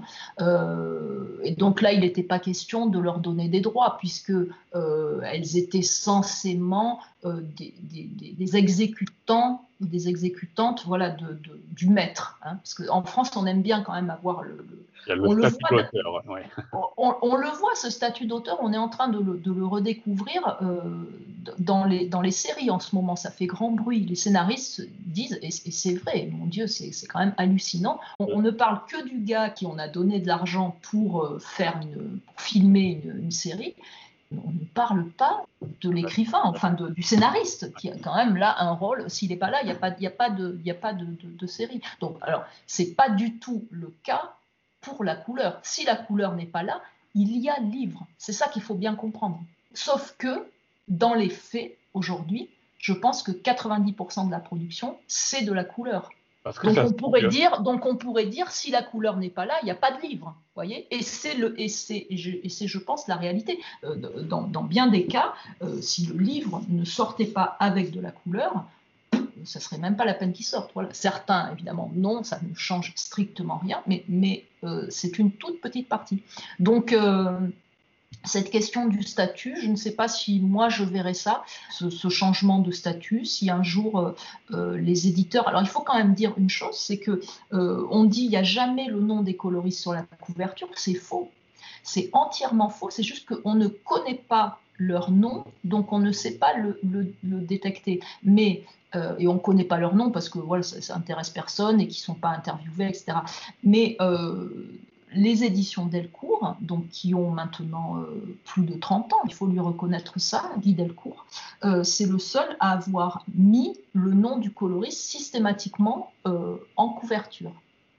Euh, et donc là, il n'était pas question de leur donner des droits, puisque euh, elles étaient censément euh, des, des, des exécutants, des exécutantes, voilà, de, de, du maître. Hein, parce qu'en France, on aime bien quand même avoir le, le Il y a le on statut le voit, d'auteur, ouais. on, on le voit, ce statut d'auteur, on est en train de le, de le redécouvrir euh, dans, les, dans les séries en ce moment. Ça fait grand bruit. Les scénaristes disent, et, et c'est vrai, mon Dieu, c'est, c'est quand même hallucinant. On, on ne parle que du gars qui on a donné de l'argent pour, euh, faire une, pour filmer une, une série. On ne parle pas de l'écrivain, enfin de, du scénariste, qui a quand même là un rôle. S'il n'est pas là, il n'y a pas, il y a pas, de, il y a pas de, de, de série. Donc, alors, ce n'est pas du tout le cas pour la couleur. Si la couleur n'est pas là, il y a livre. C'est ça qu'il faut bien comprendre. Sauf que, dans les faits, aujourd'hui, je pense que quatre-vingt-dix pour cent de la production, c'est de la couleur. Parce que donc, on pourrait dire, donc on pourrait dire, si la couleur n'est pas là, il n'y a pas de livre. Voyez, et c'est, le, et, c'est, et, je, et c'est, je pense, la réalité. Euh, dans, dans bien des cas, euh, si le livre ne sortait pas avec de la couleur, ça ne serait même pas la peine qu'il sorte. Voilà. Certains, évidemment, non, ça ne change strictement rien, mais, mais euh, c'est une toute petite partie. Donc, euh, cette question du statut, je ne sais pas si moi je verrais ça, ce, ce changement de statut, si un jour euh, euh, les éditeurs... Alors il faut quand même dire une chose, c'est que euh, on dit il n'y a jamais le nom des coloristes sur la couverture, c'est faux. C'est entièrement faux, c'est juste qu'on ne connaît pas leur nom, donc on ne sait pas le, le, le détecter. Mais, euh, et on ne connaît pas leur nom parce que voilà, ça, ça intéresse personne et qu'ils ne sont pas interviewés, et cetera. Mais... Euh, les éditions Delcourt, donc qui ont maintenant euh, plus de trente ans, il faut lui reconnaître ça, Guy Delcourt, euh, c'est le seul à avoir mis le nom du coloriste systématiquement euh, en couverture,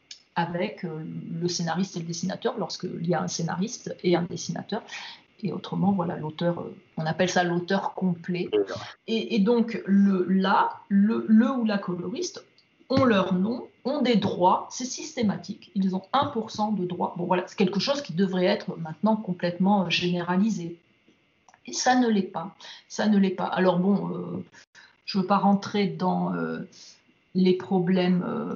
avec euh, le scénariste et le dessinateur, lorsqu'il y a un scénariste et un dessinateur. Et autrement, voilà, l'auteur, euh, on appelle ça l'auteur complet. Et, et donc, le, là, le, le ou la coloriste ont leur nom, ont des droits, c'est systématique, ils ont un pour cent de droits. Bon voilà, c'est quelque chose qui devrait être maintenant complètement généralisé. Et ça ne l'est pas, ça ne l'est pas. Alors bon, euh, je ne veux pas rentrer dans euh, les problèmes euh,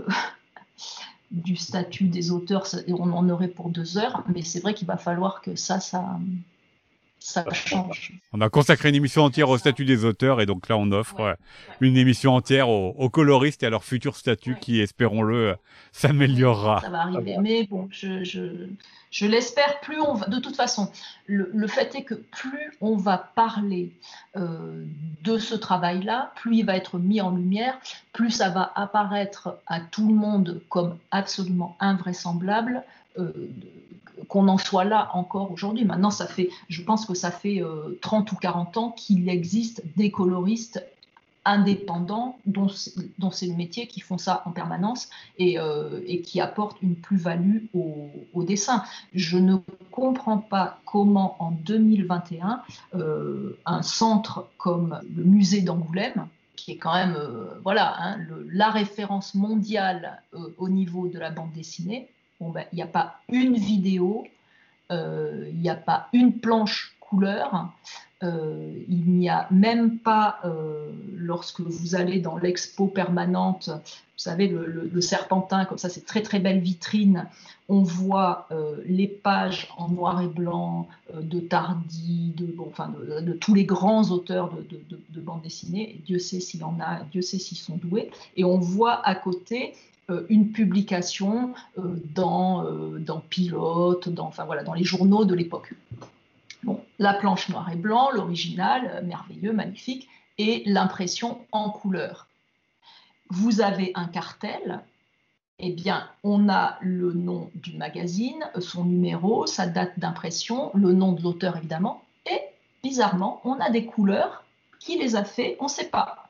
du statut des auteurs, ça, on en aurait pour deux heures, mais c'est vrai qu'il va falloir que ça, ça... ça change. On a consacré une émission entière au statut des auteurs et donc là on offre ouais. une émission entière aux, aux coloristes et à leur futur statut ouais. qui, espérons-le, s'améliorera. Ça va arriver, mais bon, je, je, je l'espère. Plus on va, de toute façon, le, le fait est que plus on va parler euh, de ce travail-là, plus il va être mis en lumière, plus ça va apparaître à tout le monde comme absolument invraisemblable. Euh, qu'on en soit là encore aujourd'hui. Maintenant, ça fait, je pense que ça fait euh, trente ou quarante ans qu'il existe des coloristes indépendants dont c'est, dont c'est le métier, qui font ça en permanence et, euh, et qui apportent une plus-value au, au dessin. Je ne comprends pas comment en deux mille vingt et un, euh, un centre comme le musée d'Angoulême, qui est quand même euh, voilà, hein, le, la référence mondiale euh, au niveau de la bande dessinée, bon, ben, il n'y a pas une vidéo, il euh, n'y a pas une planche couleur Euh, il n'y a même pas, euh, lorsque vous allez dans l'expo permanente, vous savez, le, le, le Serpentin, comme ça, c'est très très belle vitrine. On voit euh, les pages en noir et blanc euh, de Tardy, de, bon, enfin, de, de tous les grands auteurs de, de, de, de bande dessinée. Et Dieu sait s'il y en a, Dieu sait s'ils sont doués. Et on voit à côté euh, une publication euh, dans, euh, dans Pilote, dans, enfin, voilà, dans les journaux de l'époque. Bon, la planche noir et blanc, l'original, euh, merveilleux, magnifique, et l'impression en couleur. Vous avez un cartel, eh bien, on a le nom du magazine, son numéro, sa date d'impression, le nom de l'auteur évidemment, et bizarrement, on a des couleurs. Qui les a fait, on ne sait pas.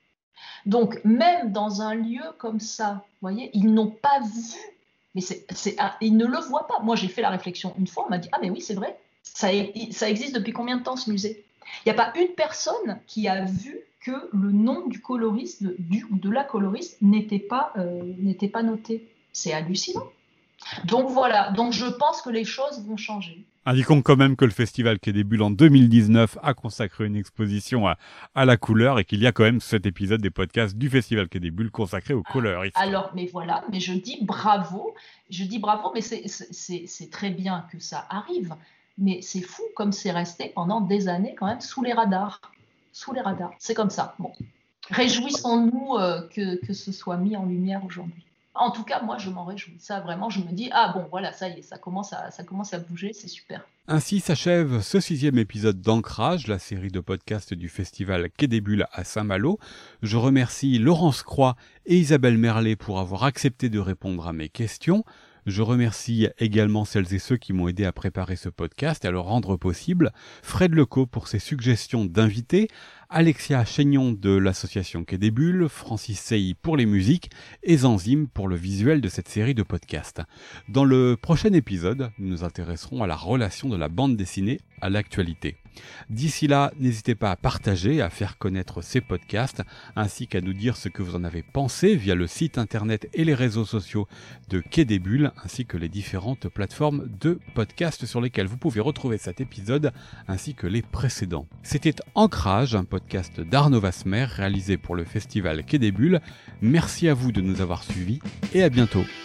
Donc, même dans un lieu comme ça, vous voyez, ils n'ont pas vu, mais c'est, c'est, ils ne le voient pas. Moi, j'ai fait la réflexion une fois, on m'a dit « Ah, mais oui, c'est vrai. Ça, ça existe depuis combien de temps ce musée ?» Il n'y a pas une personne qui a vu que le nom du coloriste, du ou de la coloriste n'était pas, euh, n'était pas noté. C'est hallucinant. Donc voilà, donc je pense que les choses vont changer. Indiquons quand même que le festival Quai des Bulles en deux mille dix-neuf a consacré une exposition à, à la couleur et qu'il y a quand même cet épisode des podcasts du festival Quai des Bulles consacré aux couleurs. Ah, alors, mais voilà, mais je dis bravo, je dis bravo, mais c'est, c'est, c'est très bien que ça arrive. Mais c'est fou comme c'est resté pendant des années quand même sous les radars. Sous les radars, c'est comme ça. Bon. Réjouissons-nous euh, que, que ce soit mis en lumière aujourd'hui. En tout cas, moi, je m'en réjouis. Ça, vraiment, je me dis, ah bon, voilà, ça y est, ça commence à, ça commence à bouger, c'est super. Ainsi s'achève ce sixième épisode d'Ancrage, la série de podcasts du festival Quai des Bulles à Saint-Malo. Je remercie Laurence Croix et Isabelle Merlet pour avoir accepté de répondre à mes questions. Je remercie également celles et ceux qui m'ont aidé à préparer ce podcast et à le rendre possible. Fred Lecaux pour ses suggestions d'invités, Alexia Chaignon de l'association Quai des Bulles, Francis Sey pour les musiques et Zanzim pour le visuel de cette série de podcasts. Dans le prochain épisode, nous nous intéresserons à la relation de la bande dessinée à l'actualité. D'ici là, n'hésitez pas à partager, à faire connaître ces podcasts, ainsi qu'à nous dire ce que vous en avez pensé via le site internet et les réseaux sociaux de Quai des Bulles, ainsi que les différentes plateformes de podcasts sur lesquelles vous pouvez retrouver cet épisode, ainsi que les précédents. C'était Ancrage, un podcast d'Arnaud Vasmer, réalisé pour le festival Quai des Bulles. Merci à vous de nous avoir suivis, et à bientôt.